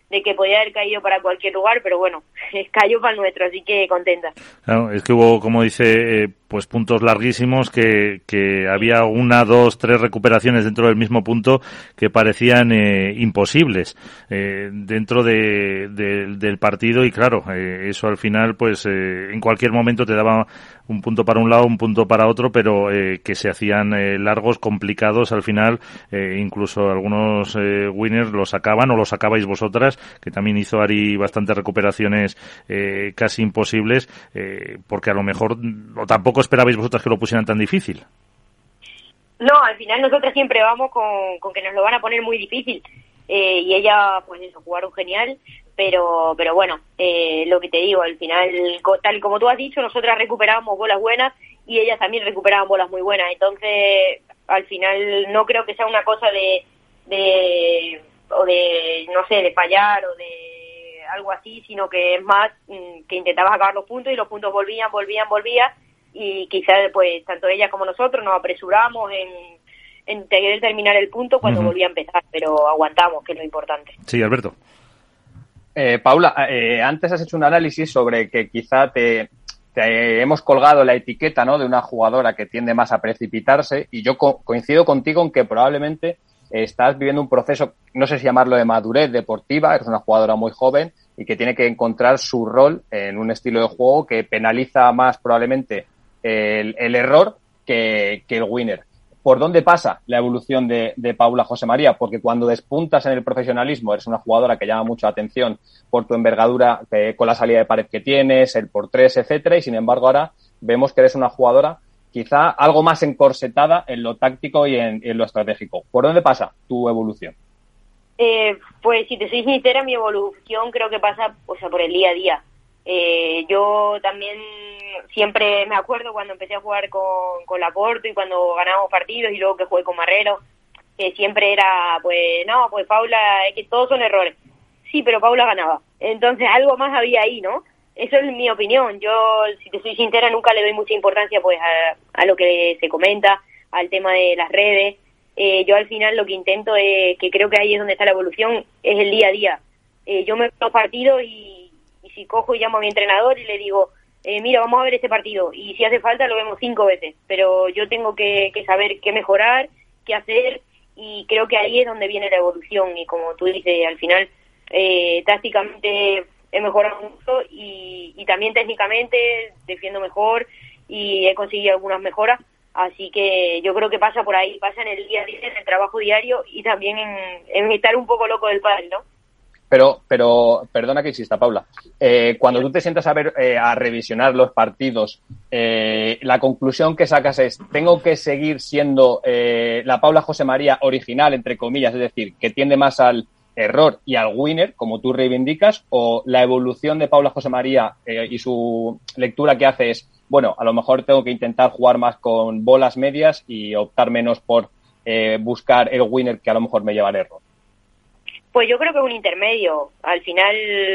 que podía haber caído para cualquier lugar, pero bueno, cayó para el nuestro, así que contenta. Claro, es que hubo, como dice, pues puntos larguísimos que había 1, 2, 3 recuperaciones dentro del mismo punto que parecían imposibles dentro del partido, y claro, eso al final pues en cualquier momento te daba un punto para un lado, un punto para otro, pero que se hacían largos, complicados al final, incluso algunos winners los sacaban o los sacabais vosotras, que también hizo Ari bastantes recuperaciones casi imposibles, porque a lo mejor o tampoco esperabais vosotras que lo pusieran tan difícil. No, al final nosotros siempre vamos con que nos lo van a poner muy difícil, y ella pues eso, jugaron genial, pero bueno, lo que te digo, al final, tal y como tú has dicho, nosotras recuperábamos bolas buenas y ellas también recuperaban bolas muy buenas, entonces al final no creo que sea una cosa de no sé, de fallar o de algo así, sino que es más que intentabas acabar los puntos y los puntos volvían, y quizás pues tanto ella como nosotros nos apresuramos en querer terminar el punto cuando volvía a empezar, pero aguantamos, que es lo importante. Sí, Alberto. Paula, antes has hecho un análisis sobre que quizá te hemos colgado la etiqueta, ¿no?, de una jugadora que tiende más a precipitarse, y yo coincido contigo en que probablemente estás viviendo un proceso, no sé si llamarlo de madurez deportiva, eres una jugadora muy joven y que tiene que encontrar su rol en un estilo de juego que penaliza más probablemente el error que el winner. ¿Por dónde pasa la evolución de Paula Josemaría? Porque cuando despuntas en el profesionalismo eres una jugadora que llama mucha atención por tu envergadura, con la salida de pared que tienes, el por 3, etcétera, y sin embargo ahora vemos que eres una jugadora quizá algo más encorsetada en lo táctico y en lo estratégico. ¿Por dónde pasa tu evolución? Pues si te soy sincera, mi evolución creo que pasa, o sea, por el día a día. Yo también siempre me acuerdo cuando empecé a jugar con Laporto y cuando ganábamos partidos, y luego que jugué con Marrero, que siempre era, pues no, pues Paula, es que todos son errores. Sí, pero Paula ganaba. Entonces algo más había ahí, ¿no? Eso es mi opinión. Yo, si te soy sincera, nunca le doy mucha importancia pues a lo que se comenta, al tema de las redes. Yo al final lo que intento es, que creo que ahí es donde está la evolución, es el día a día. Yo me veo los partidos y si cojo y llamo a mi entrenador y le digo, mira, vamos a ver este partido, y si hace falta lo vemos 5 veces, pero yo tengo que saber qué mejorar, qué hacer, y creo que ahí es donde viene la evolución. Y como tú dices, al final tácticamente he mejorado mucho y también técnicamente defiendo mejor y he conseguido algunas mejoras, así que yo creo que pasa por ahí, pasa en el día a día, en el trabajo diario, y también en estar un poco loco del pádel, ¿no? Pero perdona que insista, Paula. Cuando tú te sientas a revisionar los partidos, la conclusión que sacas es: tengo que seguir siendo la Paula Josemaría original, entre comillas, es decir, que tiende más al error y al winner, como tú reivindicas, o la evolución de Paula Josemaría y su lectura que hace es, bueno, a lo mejor tengo que intentar jugar más con bolas medias y optar menos por buscar el winner que a lo mejor me lleva al error? Pues yo creo que es un intermedio. Al final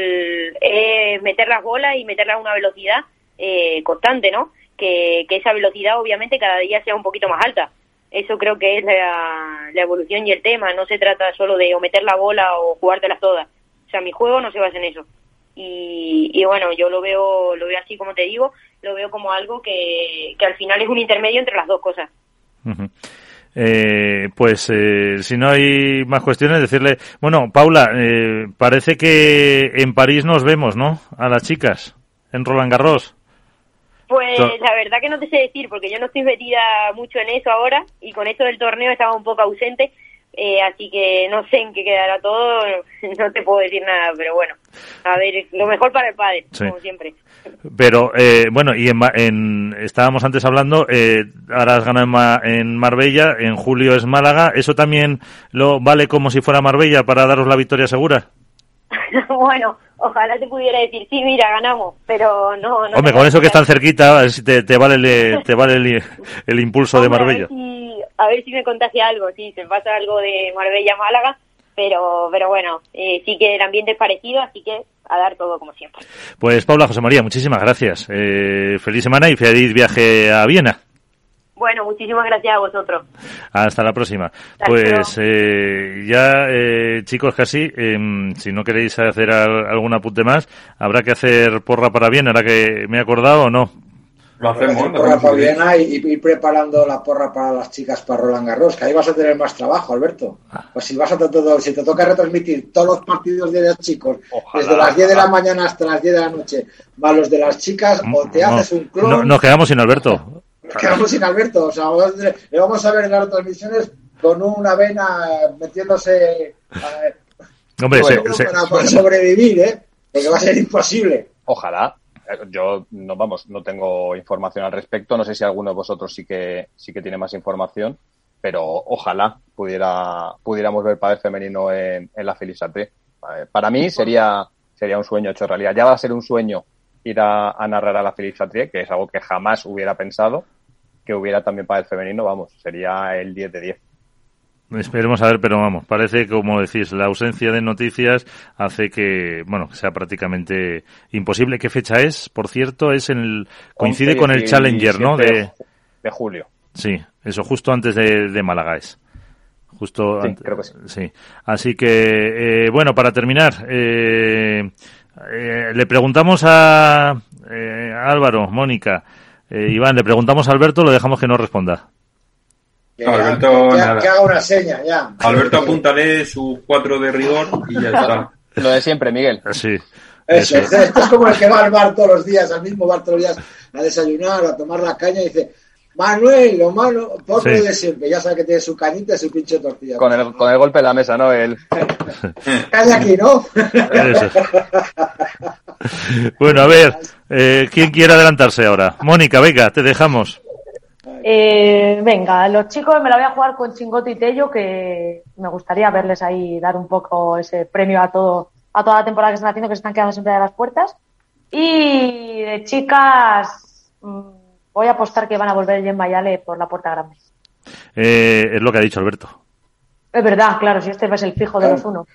es meter las bolas y meterlas a una velocidad constante, ¿no? Que esa velocidad obviamente cada día sea un poquito más alta. Eso creo que es la evolución y el tema. No se trata solo de o meter la bola o jugártelas todas. O sea, mi juego no se basa en eso. Y bueno, yo lo veo así, como te digo, lo veo como algo que al final es un intermedio entre las dos cosas. Uh-huh. Si no hay más cuestiones, decirle, bueno, Paula, parece que en París nos vemos, ¿no? A las chicas, en Roland Garros. Pues la verdad que no te sé decir, porque yo no estoy metida mucho en eso ahora, y con esto del torneo estaba un poco ausente, así que no sé en qué quedará todo, no te puedo decir nada, pero bueno, a ver, lo mejor para el pádel, sí, como siempre. Pero, bueno, y estábamos antes hablando, ahora has ganado en Marbella, en julio es Málaga, ¿eso también lo vale como si fuera Marbella para daros la victoria segura? Bueno, ojalá te pudiera decir, sí, mira, ganamos, pero no. Hombre, con eso que están cerquita, a ver si te vale el impulso de Marbella. A ver si me contagia algo, si se pasa algo de Marbella a Málaga, pero bueno, sí que el ambiente es parecido, así que a dar todo como siempre. Pues Paula Josemaría, muchísimas gracias. Feliz semana y feliz viaje a Viena. Bueno, muchísimas gracias a vosotros. Hasta la próxima. Pues chicos, casi, si no queréis hacer algún apunte más, habrá que hacer porra para Viena, ahora que me he acordado, ¿o no? Lo hacemos. Porra para Viena y ir preparando la porra para las chicas para Roland Garros, que ahí vas a tener más trabajo, Alberto. Pues si te toca retransmitir todos los partidos de los chicos, ojalá, desde las 10 de la mañana hasta las 10 de la noche, más los de las chicas, o te haces un clon... No, nos quedamos sin Alberto. O sea, le vamos a ver las transmisiones con una vena metiéndose hombre, para sobrevivir, porque va a ser imposible. Ojalá. Yo no tengo información al respecto, no sé si alguno de vosotros sí que tiene más información, pero ojalá pudiéramos ver pádel femenino en la Felisate. Para mí sería un sueño hecho realidad. Ya va a ser un sueño ir a narrar a la Felisate, que es algo que jamás hubiera pensado, que hubiera también pádel femenino, vamos, sería el 10 de 10. Esperemos a ver, pero vamos, parece, como decís, la ausencia de noticias hace que sea prácticamente imposible. ¿Qué fecha es? Por cierto, coincide con el Challenger, ¿no? De julio. Sí, eso, justo antes de Málaga es. Justo sí, creo que sí. Sí. Así que, para terminar, le preguntamos a Álvaro, Mónica, Iván, le preguntamos a Alberto, lo dejamos que no responda. Alberto, que haga una seña, ya. Alberto, apúntale su 4 de rigor y ya está. Lo de siempre, Miguel. Sí. Eso. Esto es como el que va al bar todos los días, al mismo bar todos los días, a desayunar, a tomar la caña y dice: Manuel, o Manu, ponlo de siempre. Ya sabe que tiene su cañita y su pinche tortilla. Con el golpe de la mesa, ¿no? Caña aquí, ¿no? Bueno, a ver, ¿quién quiere adelantarse ahora? Mónica, venga, te dejamos. Venga, los chicos me la voy a jugar con Chingote y Tello, que me gustaría verles ahí dar un poco ese premio a toda la temporada que están haciendo, que se están quedando siempre a las puertas. Y de chicas, voy a apostar que van a volver Jen Mayale por la puerta grande. Es lo que ha dicho Alberto. Es verdad, claro, si este es el fijo de los uno.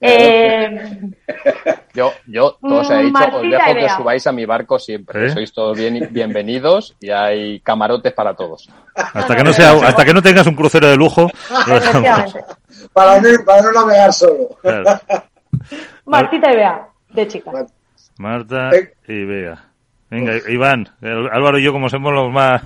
Yo todo se ha dicho, os dejo que subáis a mi barco siempre. Sois todos bienvenidos y hay camarotes para todos. Hasta que no tengas un crucero de lujo. para no navegar solo. Claro. Martita y Bea, de chicas. Marta y Bea. Venga, Iván, Álvaro y yo, como somos los más...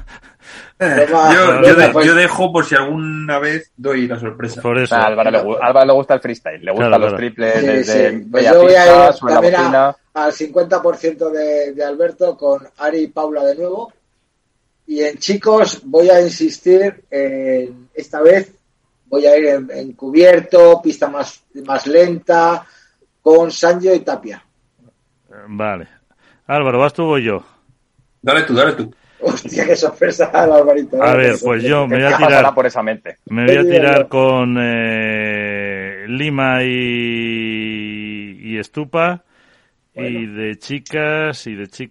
Yo dejo por si alguna vez doy la sorpresa. Por eso. A Álvaro le gusta el freestyle, le gustan los triples desde Bella Pista, voy a ir sobre la bocina. Al 50% de Alberto con Ari y Paula de nuevo. Y en chicos voy a insistir, esta vez voy a ir en cubierto, pista más lenta, con Sancho y Tapia. Vale. Álvaro, ¿vas tú o yo? Dale tú. Hostia, qué sorpresa, Alvarito. A ver, pues yo me voy a tirar por esa mente. Me voy a tirar con Lima y Estupa. Bueno. Y de chicas.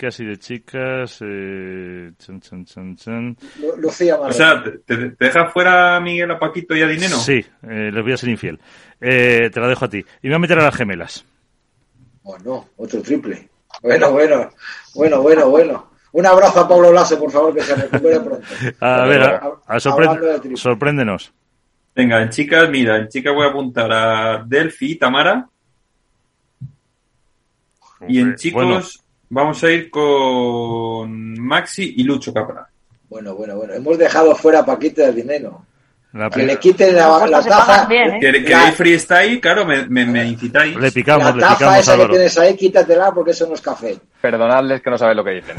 Lucía Marrero. O sea, ¿te dejas fuera a Miguel, a Paquito y a Dineno? Sí, les voy a ser infiel. Te la dejo a ti. Y me voy a meter a las gemelas. Bueno, otro triple. Bueno. Un abrazo a Pablo Lasso, por favor, que se recupere pronto. A ver, sorpréndenos. Venga, en chicas voy a apuntar a Delphi y Tamara. Y en chicos vamos a ir con Maxi y Lucho Capra. Bueno. Hemos dejado fuera a Paquito del Dinero. Que le quiten la taza. Bien, que hay freestyle, claro, me incitáis. Le picamos, la taza esa que tienes ahí, quítatela porque eso no es café. Perdonadles que no sabéis lo que dicen.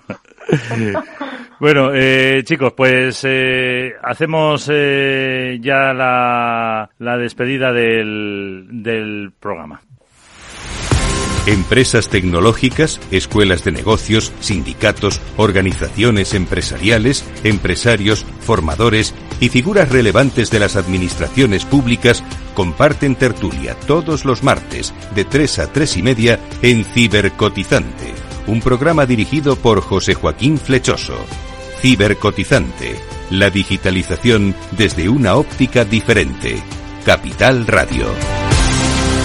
Bueno, chicos, pues hacemos ya la despedida del programa. Empresas tecnológicas, escuelas de negocios, sindicatos, organizaciones empresariales, empresarios, formadores y figuras relevantes de las administraciones públicas comparten tertulia todos los martes de 3 a 3:30 en Cibercotizante, un programa dirigido por José Joaquín Flechoso. Cibercotizante, la digitalización desde una óptica diferente. Capital Radio.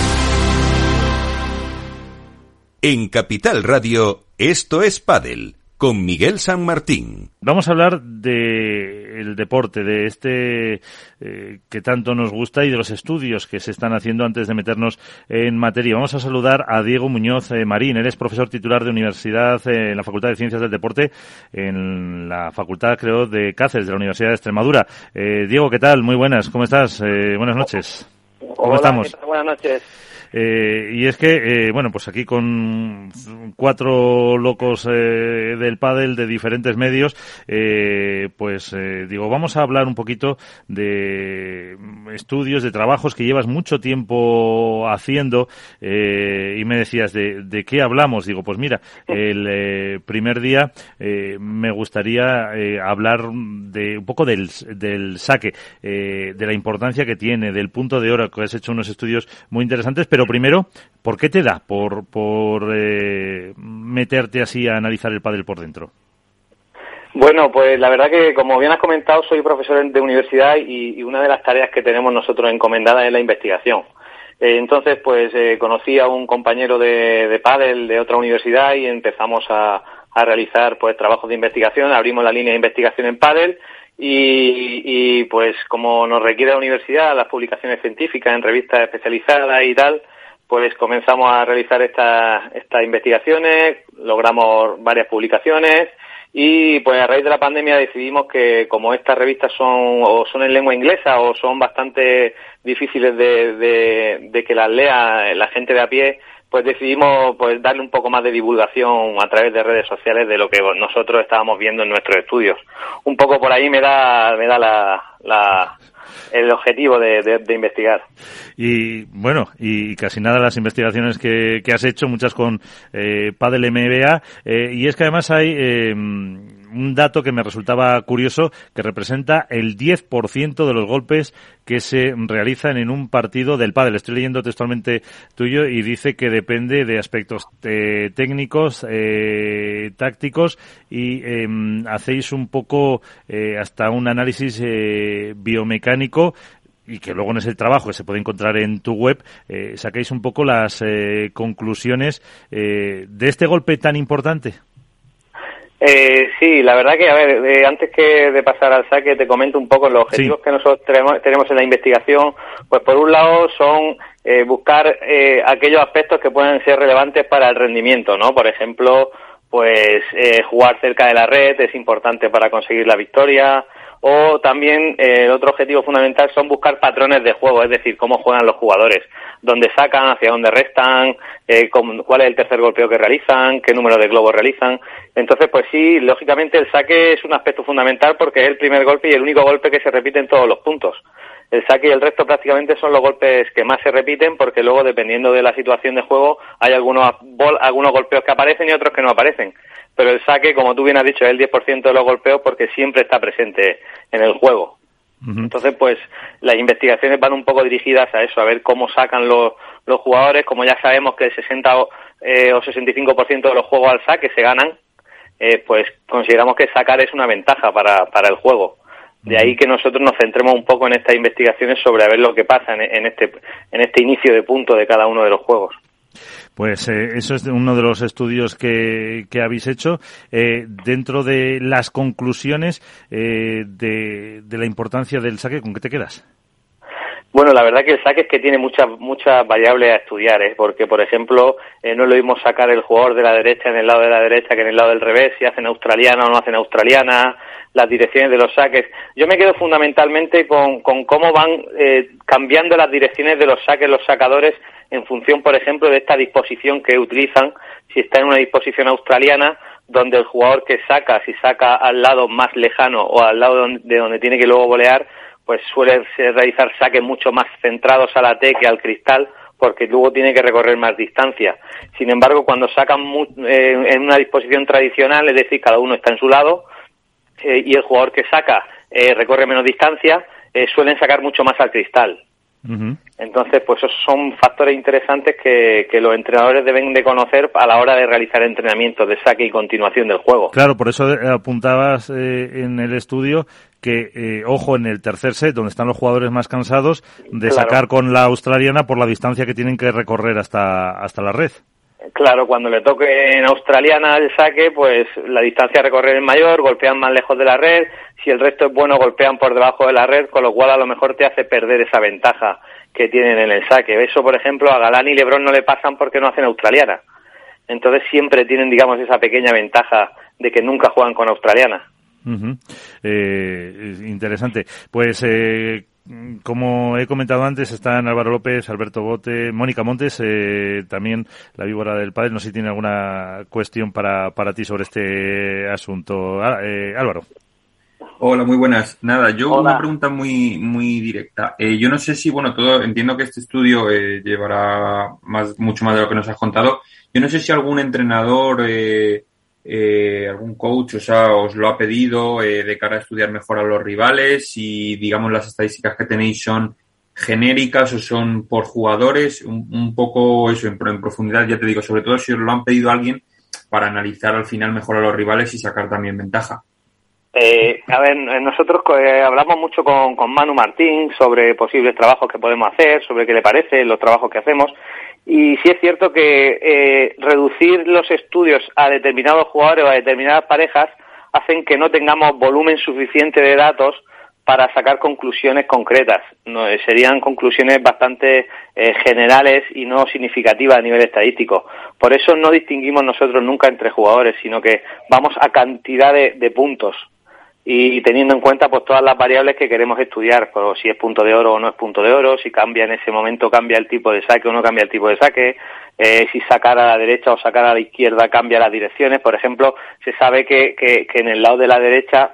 En Capital Radio, esto es Pádel, con Miguel San Martín. Vamos a hablar del deporte, de este que tanto nos gusta y de los estudios que se están haciendo antes de meternos en materia. Vamos a saludar a Diego Muñoz Marín. Él es profesor titular de universidad en la Facultad de Ciencias del Deporte, en la Facultad, creo, de Cáceres, de la Universidad de Extremadura. Diego, ¿qué tal? Muy buenas, ¿cómo estás? Buenas noches. ¿Cómo estamos? ¿Qué tal? Buenas noches. Y es que, bueno, pues aquí con 4 locos del pádel de diferentes medios, digo, vamos a hablar un poquito de estudios, de trabajos que llevas mucho tiempo haciendo, y me decías, ¿de qué hablamos? Digo, pues mira, el primer día me gustaría hablar de un poco del saque, de la importancia que tiene, del punto de hora, que has hecho unos estudios muy interesantes, pero primero, ¿por qué te da por meterte así a analizar el pádel por dentro? Bueno, pues la verdad que, como bien has comentado, soy profesor de universidad y una de las tareas que tenemos nosotros encomendada es la investigación. Entonces, pues conocí a un compañero de pádel de otra universidad y empezamos a realizar pues trabajos de investigación. Abrimos la línea de investigación en pádel y pues como nos requiere la universidad, las publicaciones científicas en revistas especializadas y tal, pues comenzamos a realizar estas investigaciones, logramos varias publicaciones y pues a raíz de la pandemia decidimos que como estas revistas son en lengua inglesa o son bastante difíciles de que las lea la gente de a pie, pues decidimos pues darle un poco más de divulgación a través de redes sociales de lo que nosotros estábamos viendo en nuestros estudios. Un poco por ahí me da el objetivo de investigar. Y bueno, y casi nada las investigaciones que has hecho, muchas con Padel MBA, y es que además hay un dato que me resultaba curioso, que representa el 10% de los golpes que se realizan en un partido del pádel. Estoy leyendo textualmente tuyo y dice que depende de aspectos técnicos, tácticos, y hacéis un poco hasta un análisis biomecánico, y que luego en ese trabajo que se puede encontrar en tu web, saquéis un poco las conclusiones de este golpe tan importante. Sí, la verdad que, a ver, antes que de pasar al saque, te comento un poco los objetivos que nosotros tenemos en la investigación. Pues por un lado son buscar aquellos aspectos que pueden ser relevantes para el rendimiento, ¿no? Por ejemplo, pues jugar cerca de la red es importante para conseguir la victoria. O también el otro objetivo fundamental son buscar patrones de juego, es decir, cómo juegan los jugadores, dónde sacan, hacia dónde restan, cuál es el tercer golpeo que realizan, qué número de globos realizan. Entonces, pues sí, lógicamente el saque es un aspecto fundamental porque es el primer golpe y el único golpe que se repite en todos los puntos. El saque y el resto prácticamente son los golpes que más se repiten porque luego, dependiendo de la situación de juego, hay algunos golpeos que aparecen y otros que no aparecen. Pero el saque, como tú bien has dicho, es el 10% de los golpeos porque siempre está presente en el juego. Uh-huh. Entonces, pues, las investigaciones van un poco dirigidas a eso, a ver cómo sacan los jugadores. Como ya sabemos que el 60 o 65% de los juegos al saque se ganan, pues consideramos que sacar es una ventaja para el juego. De ahí que nosotros nos centremos un poco en estas investigaciones sobre a ver lo que pasa en este inicio de punto de cada uno de los juegos. Pues eso es uno de los estudios que habéis hecho. Dentro de las conclusiones de la importancia del saque, ¿con qué te quedas? Bueno, la verdad que el saque es que tiene muchas variables a estudiar, porque, por ejemplo, no es lo mismo sacar el jugador de la derecha en el lado de la derecha que en el lado del revés, si hacen australiana o no hacen australiana, las direcciones de los saques. Yo me quedo fundamentalmente con cómo van cambiando las direcciones de los saques los sacadores en función, por ejemplo, de esta disposición que utilizan. Si está en una disposición australiana, donde el jugador que saca, si saca al lado más lejano o al lado de donde tiene que luego volear, pues suele realizar saques mucho más centrados a la T que al cristal, porque luego tiene que recorrer más distancia. Sin embargo, cuando sacan en una disposición tradicional, es decir, cada uno está en su lado, y el jugador que saca recorre menos distancia, suelen sacar mucho más al cristal. Uh-huh. Entonces, pues esos son factores interesantes que los entrenadores deben de conocer a la hora de realizar entrenamientos de saque y continuación del juego. Claro, por eso apuntabas en el estudio que, ojo, en el tercer set, donde están los jugadores más cansados, de sacar con la australiana por la distancia que tienen que recorrer hasta la red. Claro, cuando le toque en australiana el saque, pues la distancia a recorrer es mayor, golpean más lejos de la red, si el resto es bueno golpean por debajo de la red, con lo cual a lo mejor te hace perder esa ventaja que tienen en el saque. Eso, por ejemplo, a Galán y Lebrón no le pasan porque no hacen australiana. Entonces siempre tienen, digamos, esa pequeña ventaja de que nunca juegan con australiana. Interesante. Pues como he comentado antes, están Álvaro López, Alberto Bote, Mónica Montes, también la víbora del pádel. No sé si tiene alguna cuestión para ti sobre este asunto. Álvaro. Hola, muy buenas. Nada, yo Hola. una pregunta muy directa. Yo no sé si, entiendo que este estudio llevará mucho más de lo que nos has contado. Yo no sé si algún entrenador, algún coach, os lo ha pedido de cara a estudiar mejor a los rivales, y digamos las estadísticas que tenéis son genéricas o son por jugadores, un poco eso en profundidad, ya te digo, sobre todo si os lo han pedido a alguien para analizar al final mejor a los rivales y sacar también ventaja. A ver, nosotros hablamos mucho con Manu Martín sobre posibles trabajos que podemos hacer, sobre qué le parece los trabajos que hacemos, y sí es cierto que reducir los estudios a determinados jugadores o a determinadas parejas hacen que no tengamos volumen suficiente de datos para sacar conclusiones concretas. No, serían conclusiones bastante generales y no significativas a nivel estadístico. Por eso no distinguimos nosotros nunca entre jugadores, sino que vamos a cantidad de puntos. Y teniendo en cuenta pues todas las variables que queremos estudiar, pues, si es punto de oro o no es punto de oro, si cambia en ese momento, cambia el tipo de saque o no cambia el tipo de saque, si sacar a la derecha o sacar a la izquierda cambia las direcciones. Por ejemplo, se sabe que en el lado de la derecha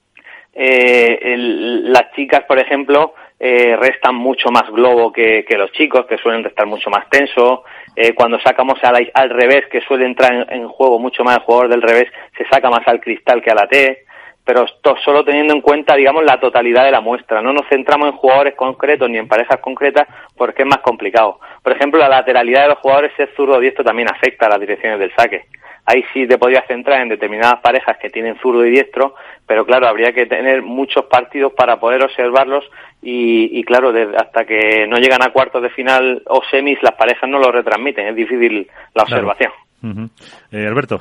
las chicas, por ejemplo, restan mucho más globo que los chicos, que suelen restar mucho más tenso. Cuando sacamos al revés, que suele entrar en juego mucho más el jugador del revés, se saca más al cristal que a la T. Pero esto solo teniendo en cuenta, digamos, la totalidad de la muestra. No nos centramos en jugadores concretos ni en parejas concretas porque es más complicado. Por ejemplo, la lateralidad de los jugadores, ser zurdo o diestro, también afecta a las direcciones del saque. Ahí sí te podrías centrar en determinadas parejas que tienen zurdo y diestro, pero claro, habría que tener muchos partidos para poder observarlos y claro, hasta que no llegan a cuartos de final o semis, las parejas no lo retransmiten. Es difícil la observación. Claro. Alberto.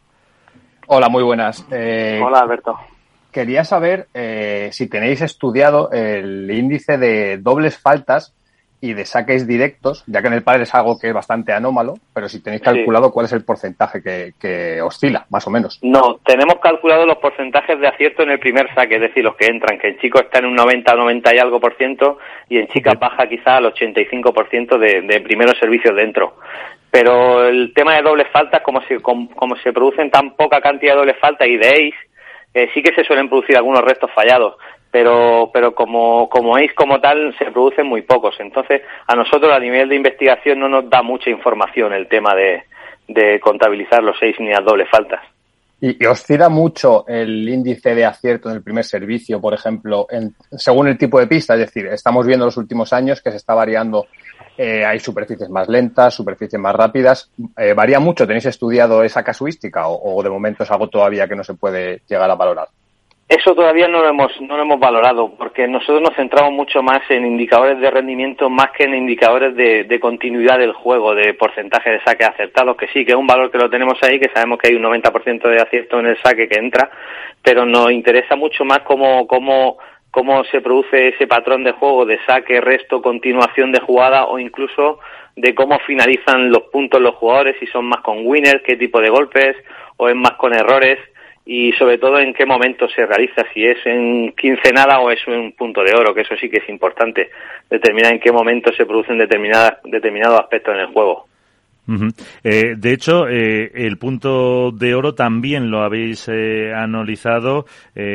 Hola, muy buenas. Hola, Alberto. Quería saber si tenéis estudiado el índice de dobles faltas y de saques directos, ya que en el pádel es algo que es bastante anómalo, pero si tenéis calculado cuál es el porcentaje que oscila, más o menos. No, tenemos calculado los porcentajes de acierto en el primer saque, es decir, los que entran, que en chicos está en un 90 y algo por ciento, y en chicas baja quizá al 85% de primeros servicios dentro. Pero el tema de dobles faltas, como se producen tan poca cantidad de dobles faltas y de ace, sí que se suelen producir algunos restos fallados, pero como ace como tal se producen muy pocos. Entonces, a nosotros a nivel de investigación no nos da mucha información el tema de contabilizar los ace ni las dobles faltas. ¿Y oscila mucho el índice de acierto en el primer servicio, por ejemplo, según el tipo de pista? Es decir, estamos viendo en los últimos años que se está variando. Hay superficies más lentas, superficies más rápidas. ¿Varía mucho? ¿Tenéis estudiado esa casuística o de momento es algo todavía que no se puede llegar a valorar? Eso todavía no lo hemos valorado, porque nosotros nos centramos mucho más en indicadores de rendimiento más que en indicadores de continuidad del juego, de porcentaje de saques acertados, que sí, que es un valor que lo tenemos ahí, que sabemos que hay un 90% de acierto en el saque que entra, pero nos interesa mucho más cómo se produce ese patrón de juego de saque, resto, continuación de jugada o incluso de cómo finalizan los puntos los jugadores, si son más con winners, qué tipo de golpes o es más con errores y sobre todo en qué momento se realiza, si es en quincenada o es un punto de oro, que eso sí que es importante, determinar en qué momento se producen determinados aspectos en el juego. Uh-huh. De hecho, el punto de oro también lo habéis analizado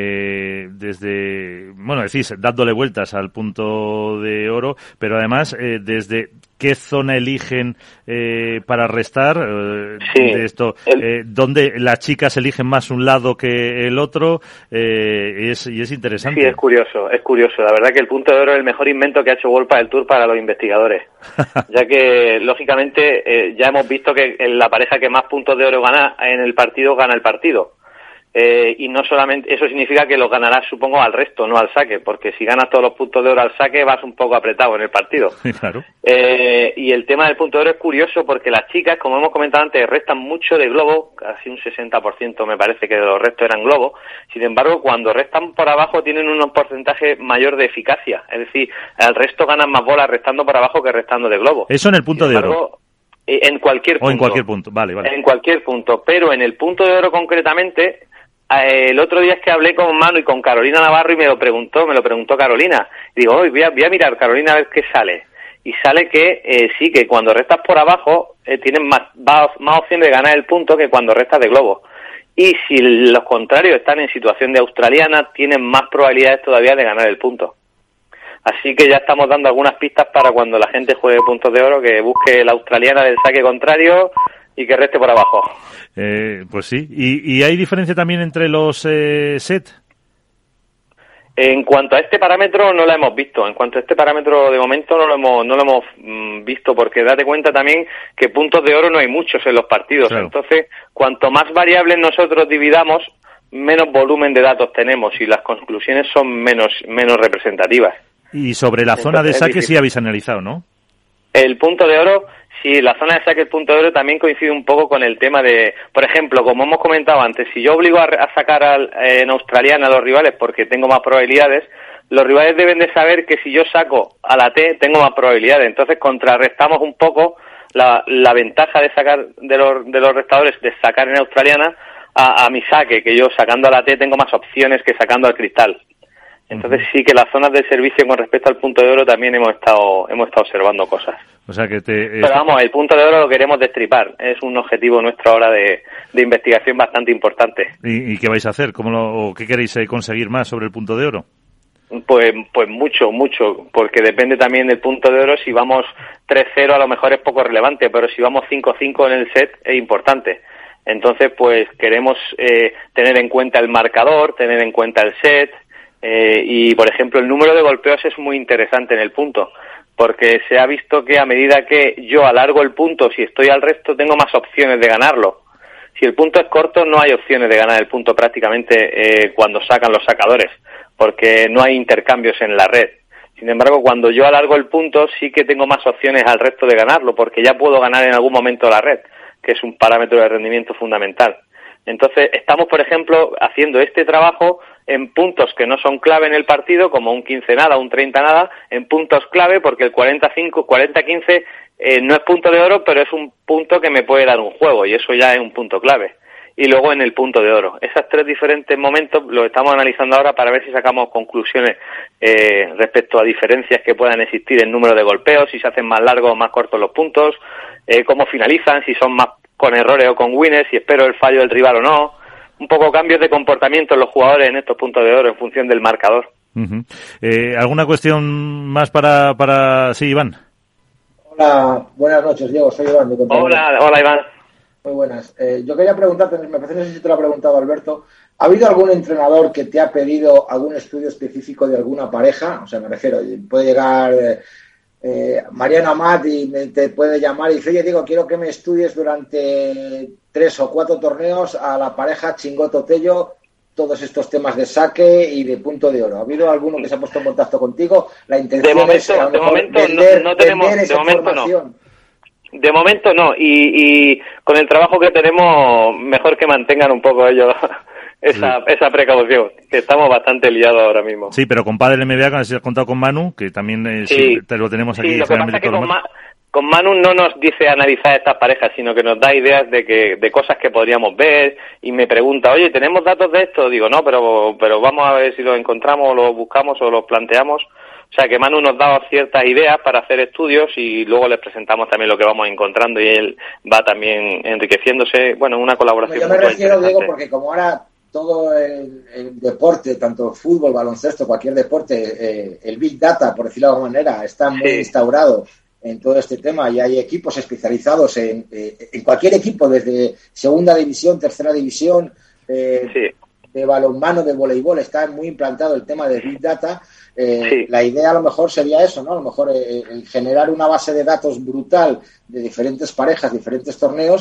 desde, decís, dándole vueltas al punto de oro, pero además desde qué zona eligen para restar, de esto, donde las chicas eligen más un lado que el otro, y es interesante. Sí, es curioso. La verdad que el punto de oro es el mejor invento que ha hecho World Padel Tour para los investigadores, ya que lógicamente ya hemos visto que la pareja que más puntos de oro gana en el partido, gana el partido. y no solamente eso significa que los ganarás, supongo, al resto, no al saque, porque si ganas todos los puntos de oro al saque vas un poco apretado en el partido. Claro. Y el tema del punto de oro es curioso porque las chicas, como hemos comentado antes, restan mucho de globo, casi un 60% me parece que de los restos eran globo. Sin embargo, cuando restan por abajo tienen un porcentaje mayor de eficacia, es decir, al resto ganan más bolas restando por abajo que restando de globo. Eso en el punto de oro. En cualquier punto. O en cualquier punto, vale. En cualquier punto, pero en el punto de oro concretamente, el otro día es que hablé con Manu y con Carolina Navarro y me lo preguntó Carolina. Y digo, voy a mirar, Carolina, a ver qué sale. Y sale que sí, que cuando restas por abajo tienes más opción de ganar el punto que cuando restas de globo. Y si los contrarios están en situación de australiana, tienen más probabilidades todavía de ganar el punto. Así que ya estamos dando algunas pistas para cuando la gente juegue puntos de oro, que busque la australiana del saque contrario y que reste por abajo. Pues sí. ¿Y hay diferencia también entre los set? En cuanto a este parámetro no la hemos visto. En cuanto a este parámetro de momento no lo hemos visto, porque date cuenta también que puntos de oro no hay muchos en los partidos. Claro. Entonces, cuanto más variables nosotros dividamos, menos volumen de datos tenemos y las conclusiones son menos representativas. Y sobre la zona de saque sí habéis analizado, ¿no? El punto de oro, sí, la zona de saque, el punto de oro también coincide un poco con el tema de, por ejemplo, como hemos comentado antes, si yo obligo a sacar en australiana a los rivales porque tengo más probabilidades, los rivales deben de saber que si yo saco a la T tengo más probabilidades. Entonces contrarrestamos un poco la ventaja de sacar de los restadores de sacar en australiana a mi saque, que yo sacando a la T tengo más opciones que sacando al cristal. Entonces sí que las zonas de servicio con respecto al punto de oro también hemos estado observando cosas. O sea que Pero vamos, el punto de oro lo queremos destripar. Es un objetivo nuestro ahora de investigación bastante importante. ¿Y qué vais a hacer? ¿O qué queréis conseguir más sobre el punto de oro? Pues mucho, porque depende también del punto de oro. Si vamos 3-0 a lo mejor es poco relevante, pero si vamos 5-5 en el set es importante. Entonces pues queremos tener en cuenta el marcador, tener en cuenta el set. Y por ejemplo el número de golpeos es muy interesante en el punto, porque se ha visto que a medida que yo alargo el punto, si estoy al resto tengo más opciones de ganarlo. Si el punto es corto no hay opciones de ganar el punto prácticamente cuando sacan los sacadores, porque no hay intercambios en la red. Sin embargo, cuando yo alargo el punto sí que tengo más opciones al resto de ganarlo, porque ya puedo ganar en algún momento la red, que es un parámetro de rendimiento fundamental. Entonces, estamos, por ejemplo, haciendo este trabajo en puntos que no son clave en el partido, como un 15 nada, un 30 nada, en puntos clave, porque el 40-15 no es punto de oro, pero es un punto que me puede dar un juego, y eso ya es un punto clave. Y luego en el punto de oro. Esos tres diferentes momentos los estamos analizando ahora para ver si sacamos conclusiones respecto a diferencias que puedan existir en número de golpeos, si se hacen más largos o más cortos los puntos, cómo finalizan, si son más con errores o con winners, si espero el fallo del rival o no. Un poco cambios de comportamiento en los jugadores en estos puntos de oro en función del marcador. Uh-huh. ¿Alguna cuestión más para... Sí, Iván? Hola, buenas noches, Diego, soy Iván. Hola, Iván. Muy buenas. Yo quería preguntarte, me parece, no sé si te lo ha preguntado Alberto, ¿ha habido algún entrenador que te ha pedido algún estudio específico de alguna pareja? O sea, me refiero, puede llegar Mariano Amat y te puede llamar y dice, oye, Diego, quiero que me estudies durante 3 o 4 torneos a la pareja Chingoto-Tello, todos estos temas de saque y de punto de oro. ¿Ha habido alguno que se ha puesto en contacto contigo? La intención de momento no tenemos, de momento no. De momento no, y con el trabajo que tenemos, mejor que mantengan un poco ellos esa precaución, que estamos bastante liados ahora mismo. Sí, pero con Padel MBA, que has contado con Manu, que también te lo tenemos aquí. Sí, lo que pasa es que con Manu no nos dice analizar estas parejas, sino que nos da ideas de cosas que podríamos ver, y me pregunta, oye, ¿tenemos datos de esto? Digo, no, pero vamos a ver si los encontramos, o los buscamos, o los planteamos. O sea, que Manu nos da ciertas ideas para hacer estudios y luego les presentamos también lo que vamos encontrando y él va también enriqueciéndose. Bueno, una colaboración. Yo me refiero, Diego, porque como ahora todo el deporte, tanto fútbol, baloncesto, cualquier deporte, el Big Data, por decirlo de alguna manera, está muy instaurado en todo este tema y hay equipos especializados en cualquier equipo, desde segunda división, tercera división, de balonmano, de voleibol, está muy implantado el tema de Big Data. La idea a lo mejor sería eso, ¿no? A lo mejor generar una base de datos brutal de diferentes parejas, diferentes torneos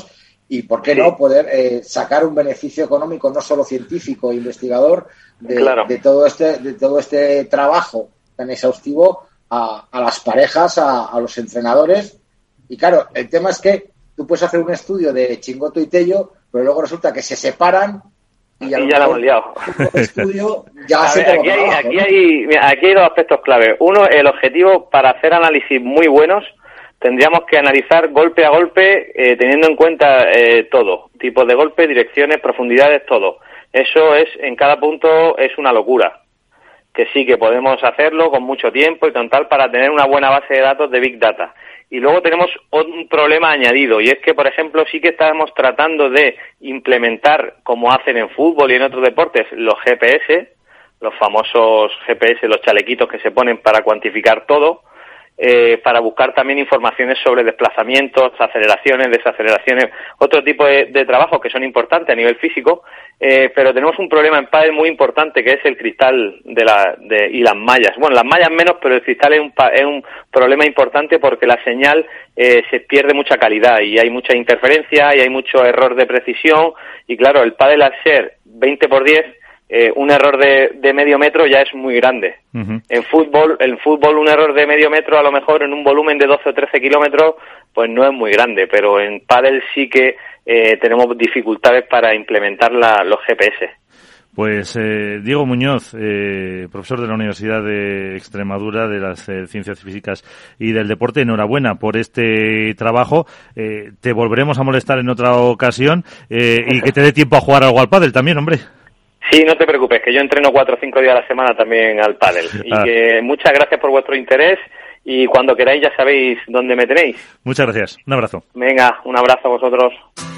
y ¿por qué no poder sacar un beneficio económico, no solo científico e investigador, de todo este trabajo tan exhaustivo a las parejas, a los entrenadores? Y claro, el tema es que tú puedes hacer un estudio de Chingoto y Tello, pero luego resulta que se separan y ya la hemos liado. Estudio ya aquí hay dos aspectos clave. Uno, el objetivo: para hacer análisis muy buenos tendríamos que analizar golpe a golpe, teniendo en cuenta todo, tipos de golpe, direcciones, profundidades, todo. Eso en cada punto es una locura. Que sí que podemos hacerlo con mucho tiempo y tal para tener una buena base de datos de Big Data. Y luego tenemos un problema añadido, y es que, por ejemplo, sí que estamos tratando de implementar, como hacen en fútbol y en otros deportes, los GPS, los famosos GPS, los chalequitos que se ponen para cuantificar todo, para buscar también informaciones sobre desplazamientos, aceleraciones, desaceleraciones, otro tipo de trabajos que son importantes a nivel físico, pero tenemos un problema en pádel muy importante, que es el cristal y las mallas. Bueno, las mallas menos, pero el cristal es un problema importante porque la señal se pierde mucha calidad y hay mucha interferencia y hay mucho error de precisión, y claro, el pádel, al ser 20x10, un error de medio metro ya es muy grande. Uh-huh. En fútbol un error de medio metro, a lo mejor en un volumen de 12 o 13 kilómetros, pues no es muy grande, pero en pádel sí que tenemos dificultades para implementar los GPS. Pues Diego Muñoz, profesor de la Universidad de Extremadura de las Ciencias Físicas y del Deporte, enhorabuena por este trabajo. Te volveremos a molestar en otra ocasión y que te dé tiempo a jugar algo al pádel también, hombre. Sí, no te preocupes, que yo entreno 4 o 5 días a la semana también al pádel. Y que muchas gracias por vuestro interés, y cuando queráis ya sabéis dónde me tenéis. Muchas gracias. Un abrazo. Venga, un abrazo a vosotros.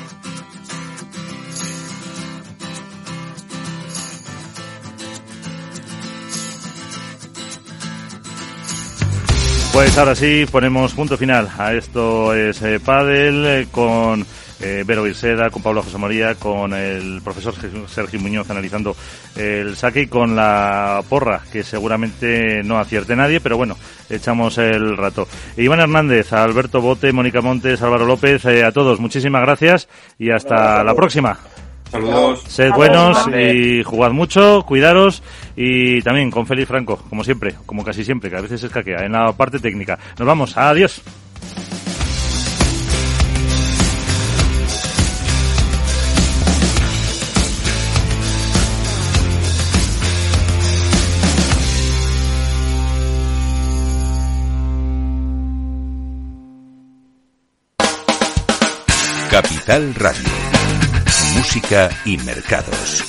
Pues ahora sí, ponemos punto final a Esto es Pádel con Vero Birseda, con Pablo José María, con el profesor Sergio Muñoz analizando el saque, y con la porra, que seguramente no acierte nadie, pero bueno, echamos el rato. Iván Hernández, Alberto Bote, Mónica Montes, Álvaro López, a todos muchísimas gracias y hasta la próxima. Saludos. Sed buenos y jugad mucho, cuidaros, y también con Félix Franco, como siempre, como casi siempre, que a veces escaquea en la parte técnica. Nos vamos, adiós. Capital Radio. Música y mercados.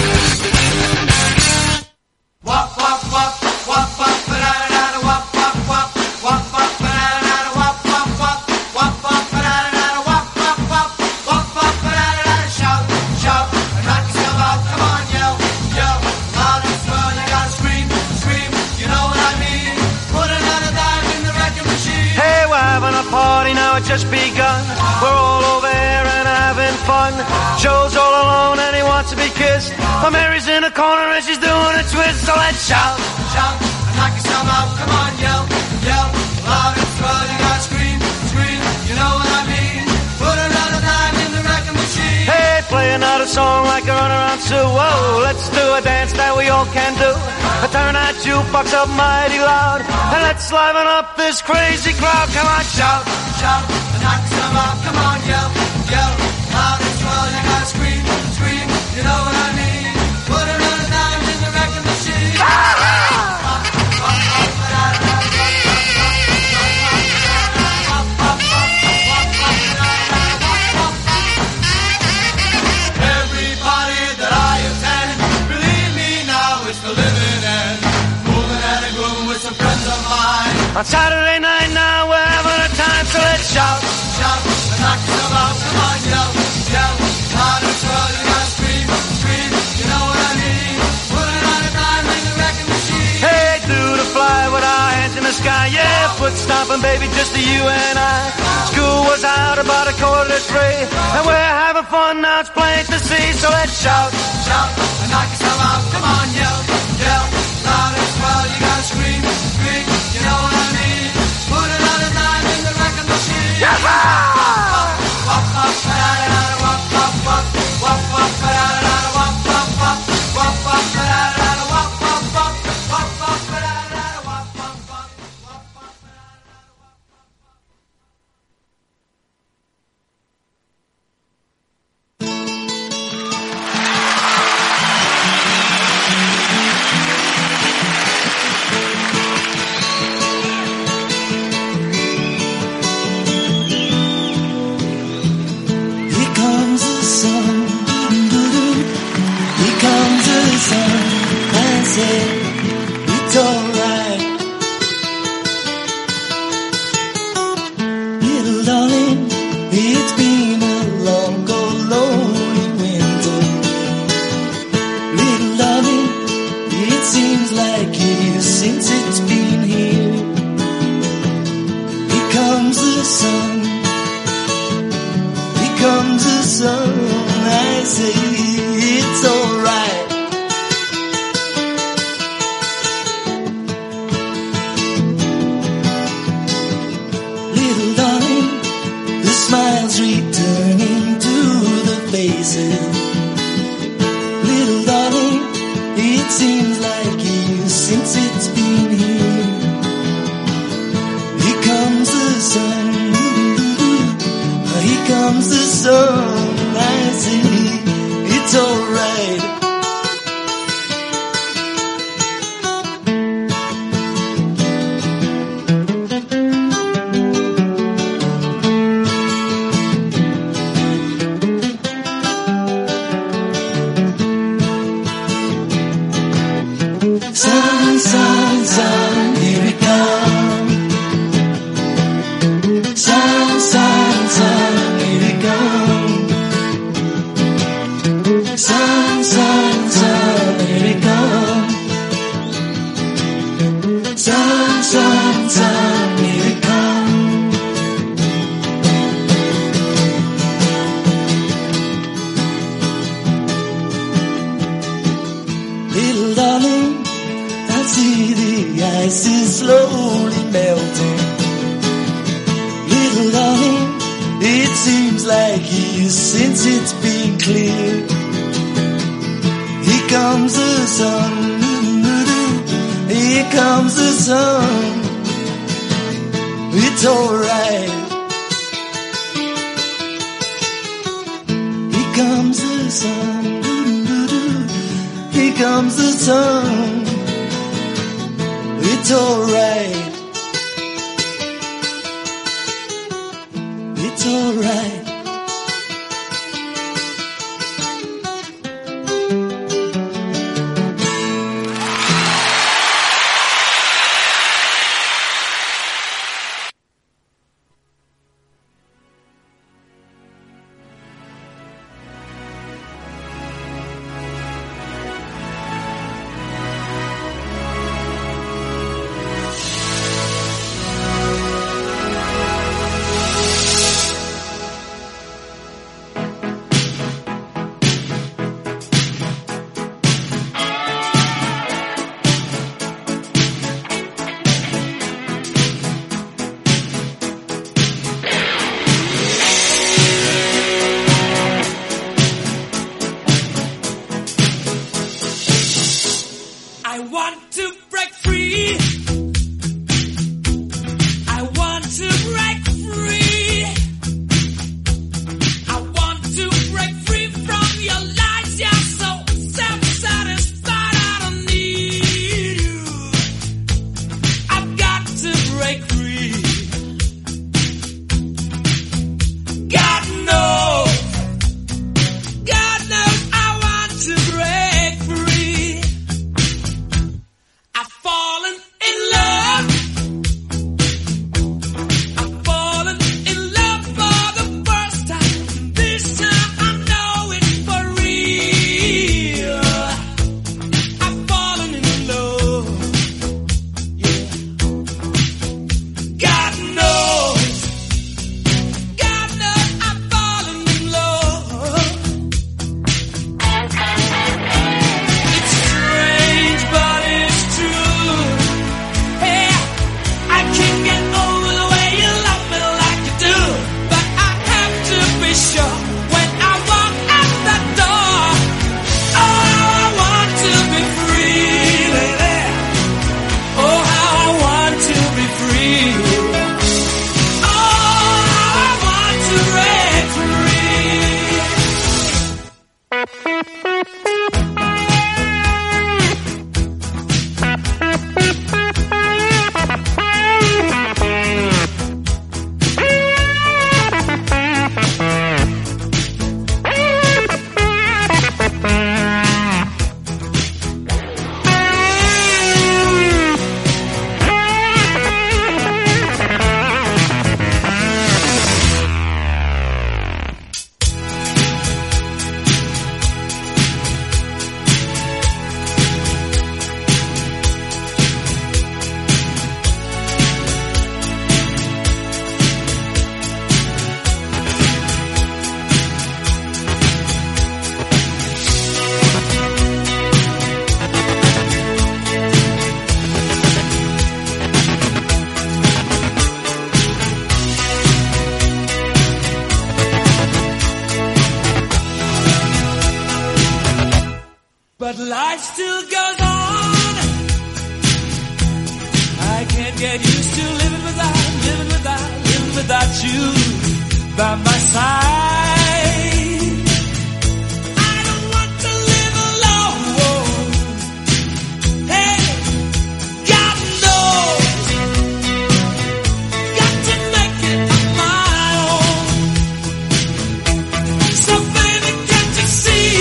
Just begun. We're all over here and having fun. Joe's all alone and he wants to be kissed. But Mary's in a corner and she's doing a twist. So let's shout, shout, and knock yourself out. Come on, yell, yell, loud and swell. You gotta scream, scream. You know what I mean? Put another dime in the wrecking machine. Hey, play another song like a runaround Sue. Whoa, let's do a dance that we all can do. Turn that jukebox up mighty loud and let's liven up this crazy crowd. Come on, shout, shout, and knock some out. Come on, yell, yell, loud and swell. You gotta scream, scream. You know what I mean? Put another dime in the wrecking machine. Everybody that I attend, believe me now, it's the living end. Moving and a grooving with some friends of mine. On Saturday night now we're having a time, so let's shout, shout, and knock yourself out. Come on, yell, yell, loud and swell. You gotta scream, scream. You know what I mean? Put another dime in the wrecking machine. Hey, do the fly with our hands in the sky. Yeah, foot stomping, baby, just the you and I. School was out about 2:45, and we're having fun now. It's plain to see, so let's shout, shout, and knock yourself out. Come on, yell, yell, loud and swell. You gotta scream, scream. You know what I mean? Put another dime in the wrecking machine. Yes, faces. Little darling, it seems like years since it's been here. Here comes the sun, here comes the sun. I see, it's alright. but life still goes on. I can't get used to living without you by my side. I don't want to live alone. Hey, God knows, got to make it on my own. So baby, can't you see,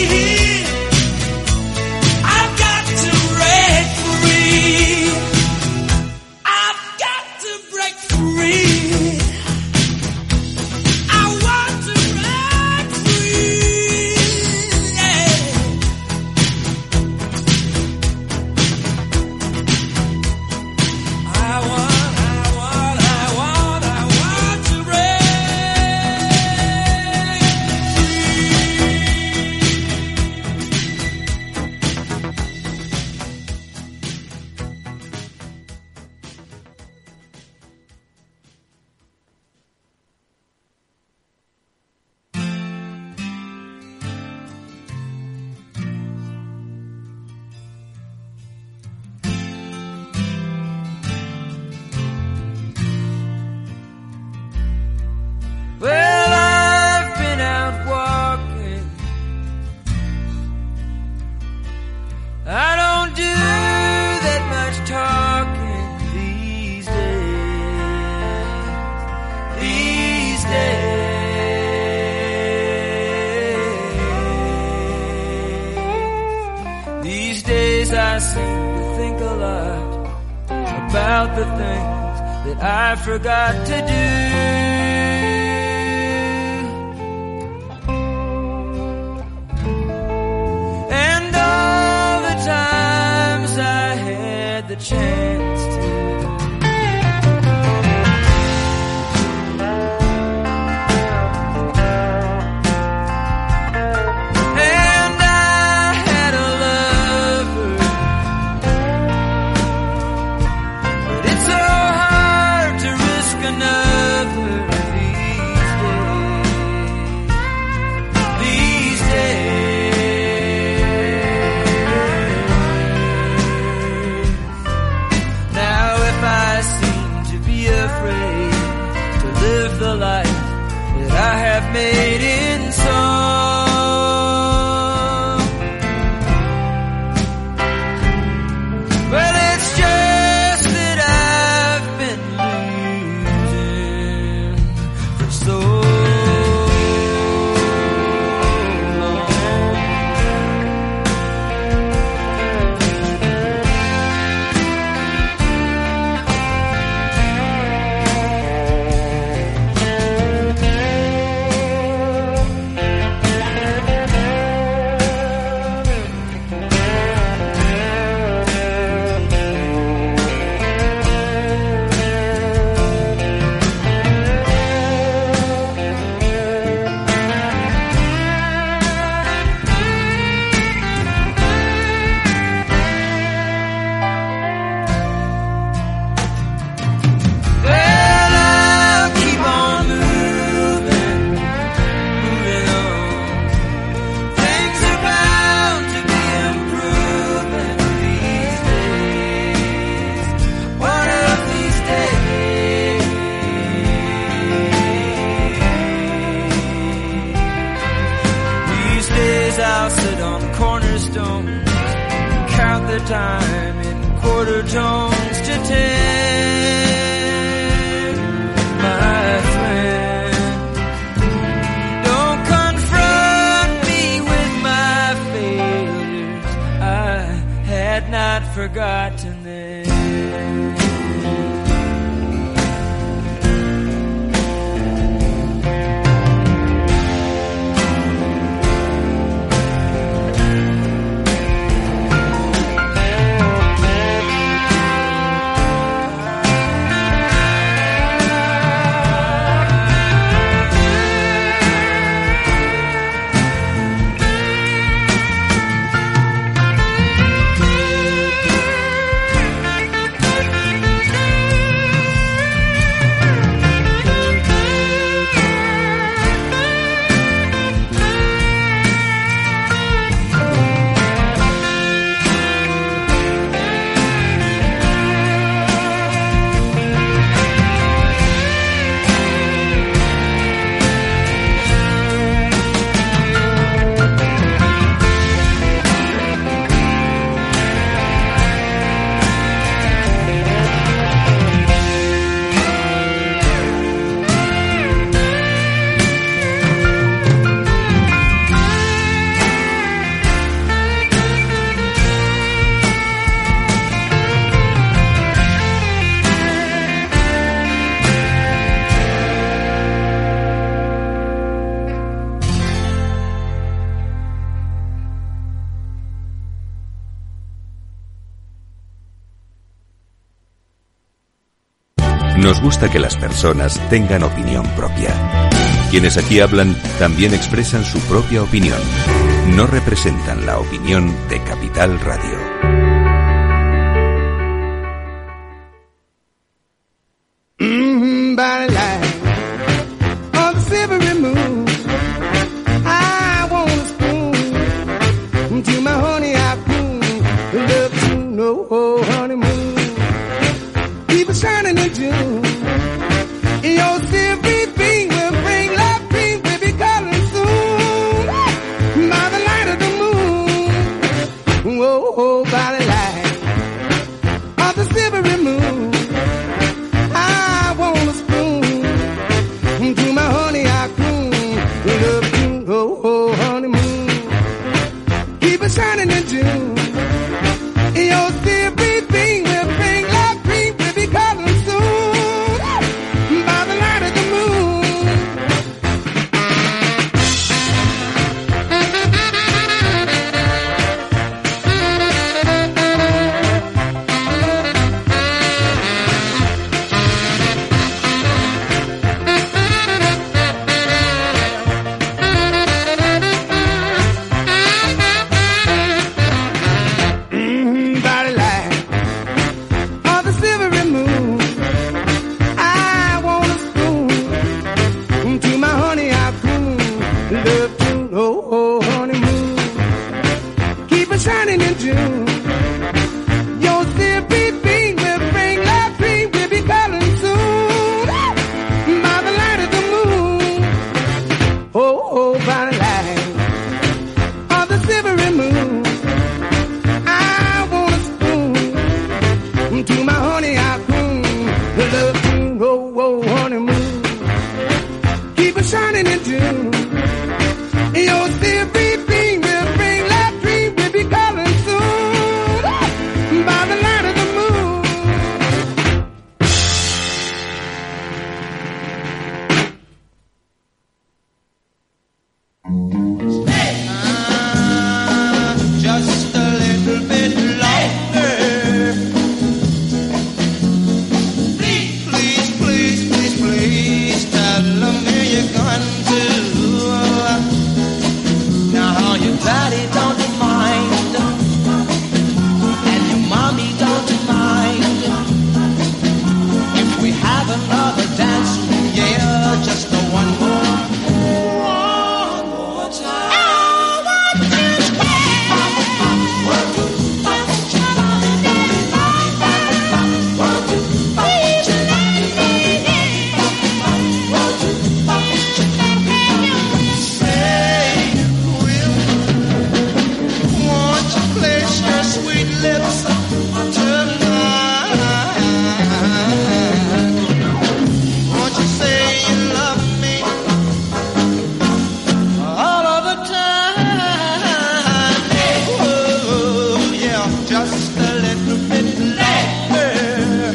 I've got to break free. I've got to break free. I want to break free. Yeah. I want to break Well, I've been out walking. I don't do that much talking these days. These days I seem to think a lot about the things that I forgot to do. And all the times I had the chance to. And I had a lover, but it's so hard to risk another these days. Now if I seem to be afraid to live the life that I have made in song, well, it's just that I've been losing for so long. Well, I'll keep on moving on. Things are bound to be improving these days. One of these days. These days I'll sit on cornerstones, count the time in quarter tones to 10. My friend, don't confront me with my failures. I had not forgotten them. Nos gusta que las personas tengan opinión propia. Quienes aquí hablan también expresan su propia opinión. No representan la opinión de Capital Radio. By the light of the silvery moon, I want a spoon to my honey I coon. Love to know honeymoon. Keep it shining in June. Your silvery beam will bring love dreams to be coming soon. By the light of the moon, whoa, by the light of the silvery moon. To my honey I croon, love to oh honeymoon. Keep it shining in June. Your silvery beam will bring love dreams to be coming soon. By the light of the moon. Shining in June. Your silvery beam will bring love dreams will be coming soon. By the light of the moon. Oh, by the light of the silvery moon. I want a spoon to my honey I croon. Love to oh honeymoon. Keep it shining in June. Your silvery beam will bring love dreams will be coming soon. By the light of the moon. Just a little bit longer. Please, please, please, please, please, tell me you're going to. Now your daddy don't mind, and your mommy don't mind. If we have another dance, yeah, just one more time. I want to stay. Won't you place your sweet lips tonight? Won't you say you love me all of the time? Oh, yeah, just a little bit longer.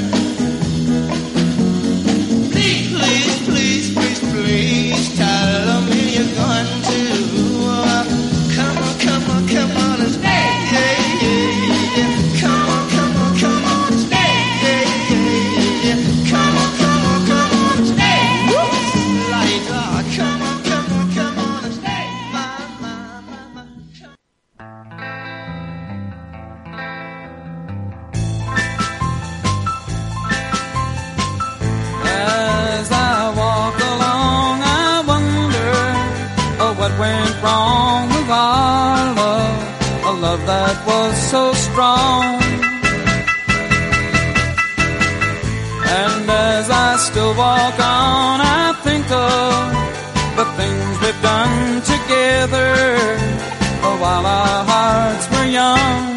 Please, please, please, please, please, tell me you're going to. Come on, come on, come on and stay. Yeah, yeah, yeah. Come on, come on, come on and stay. Yeah, yeah, yeah. Come on, come on, come on and stay. Like, come on, come on, come on and stay. As I walk along, I wonder what went wrong with our love, a love that was so strong. And as I still walk on, I think of the things we've done together while our hearts were young.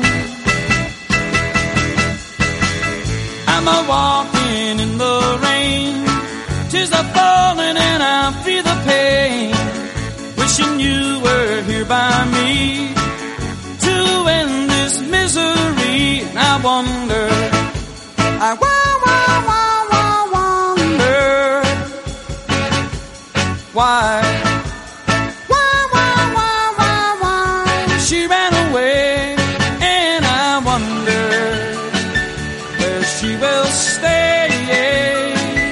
Am I walking in the rain? 'Tis a falling and I feel the pain. Wishing you were here by me to end this misery. And I wonder, I wonder why she ran away, and I wonder where she will stay.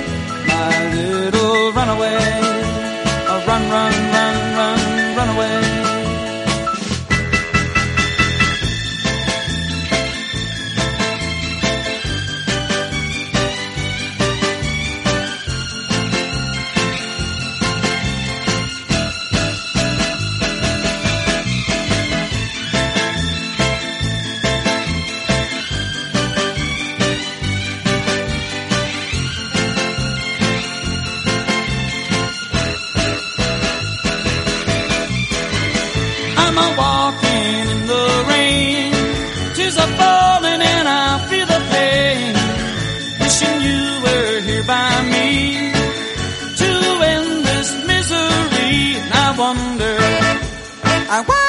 a walking in the rain. Tears are falling and I feel the pain. Wishing you were here by me to end this misery. And I wonder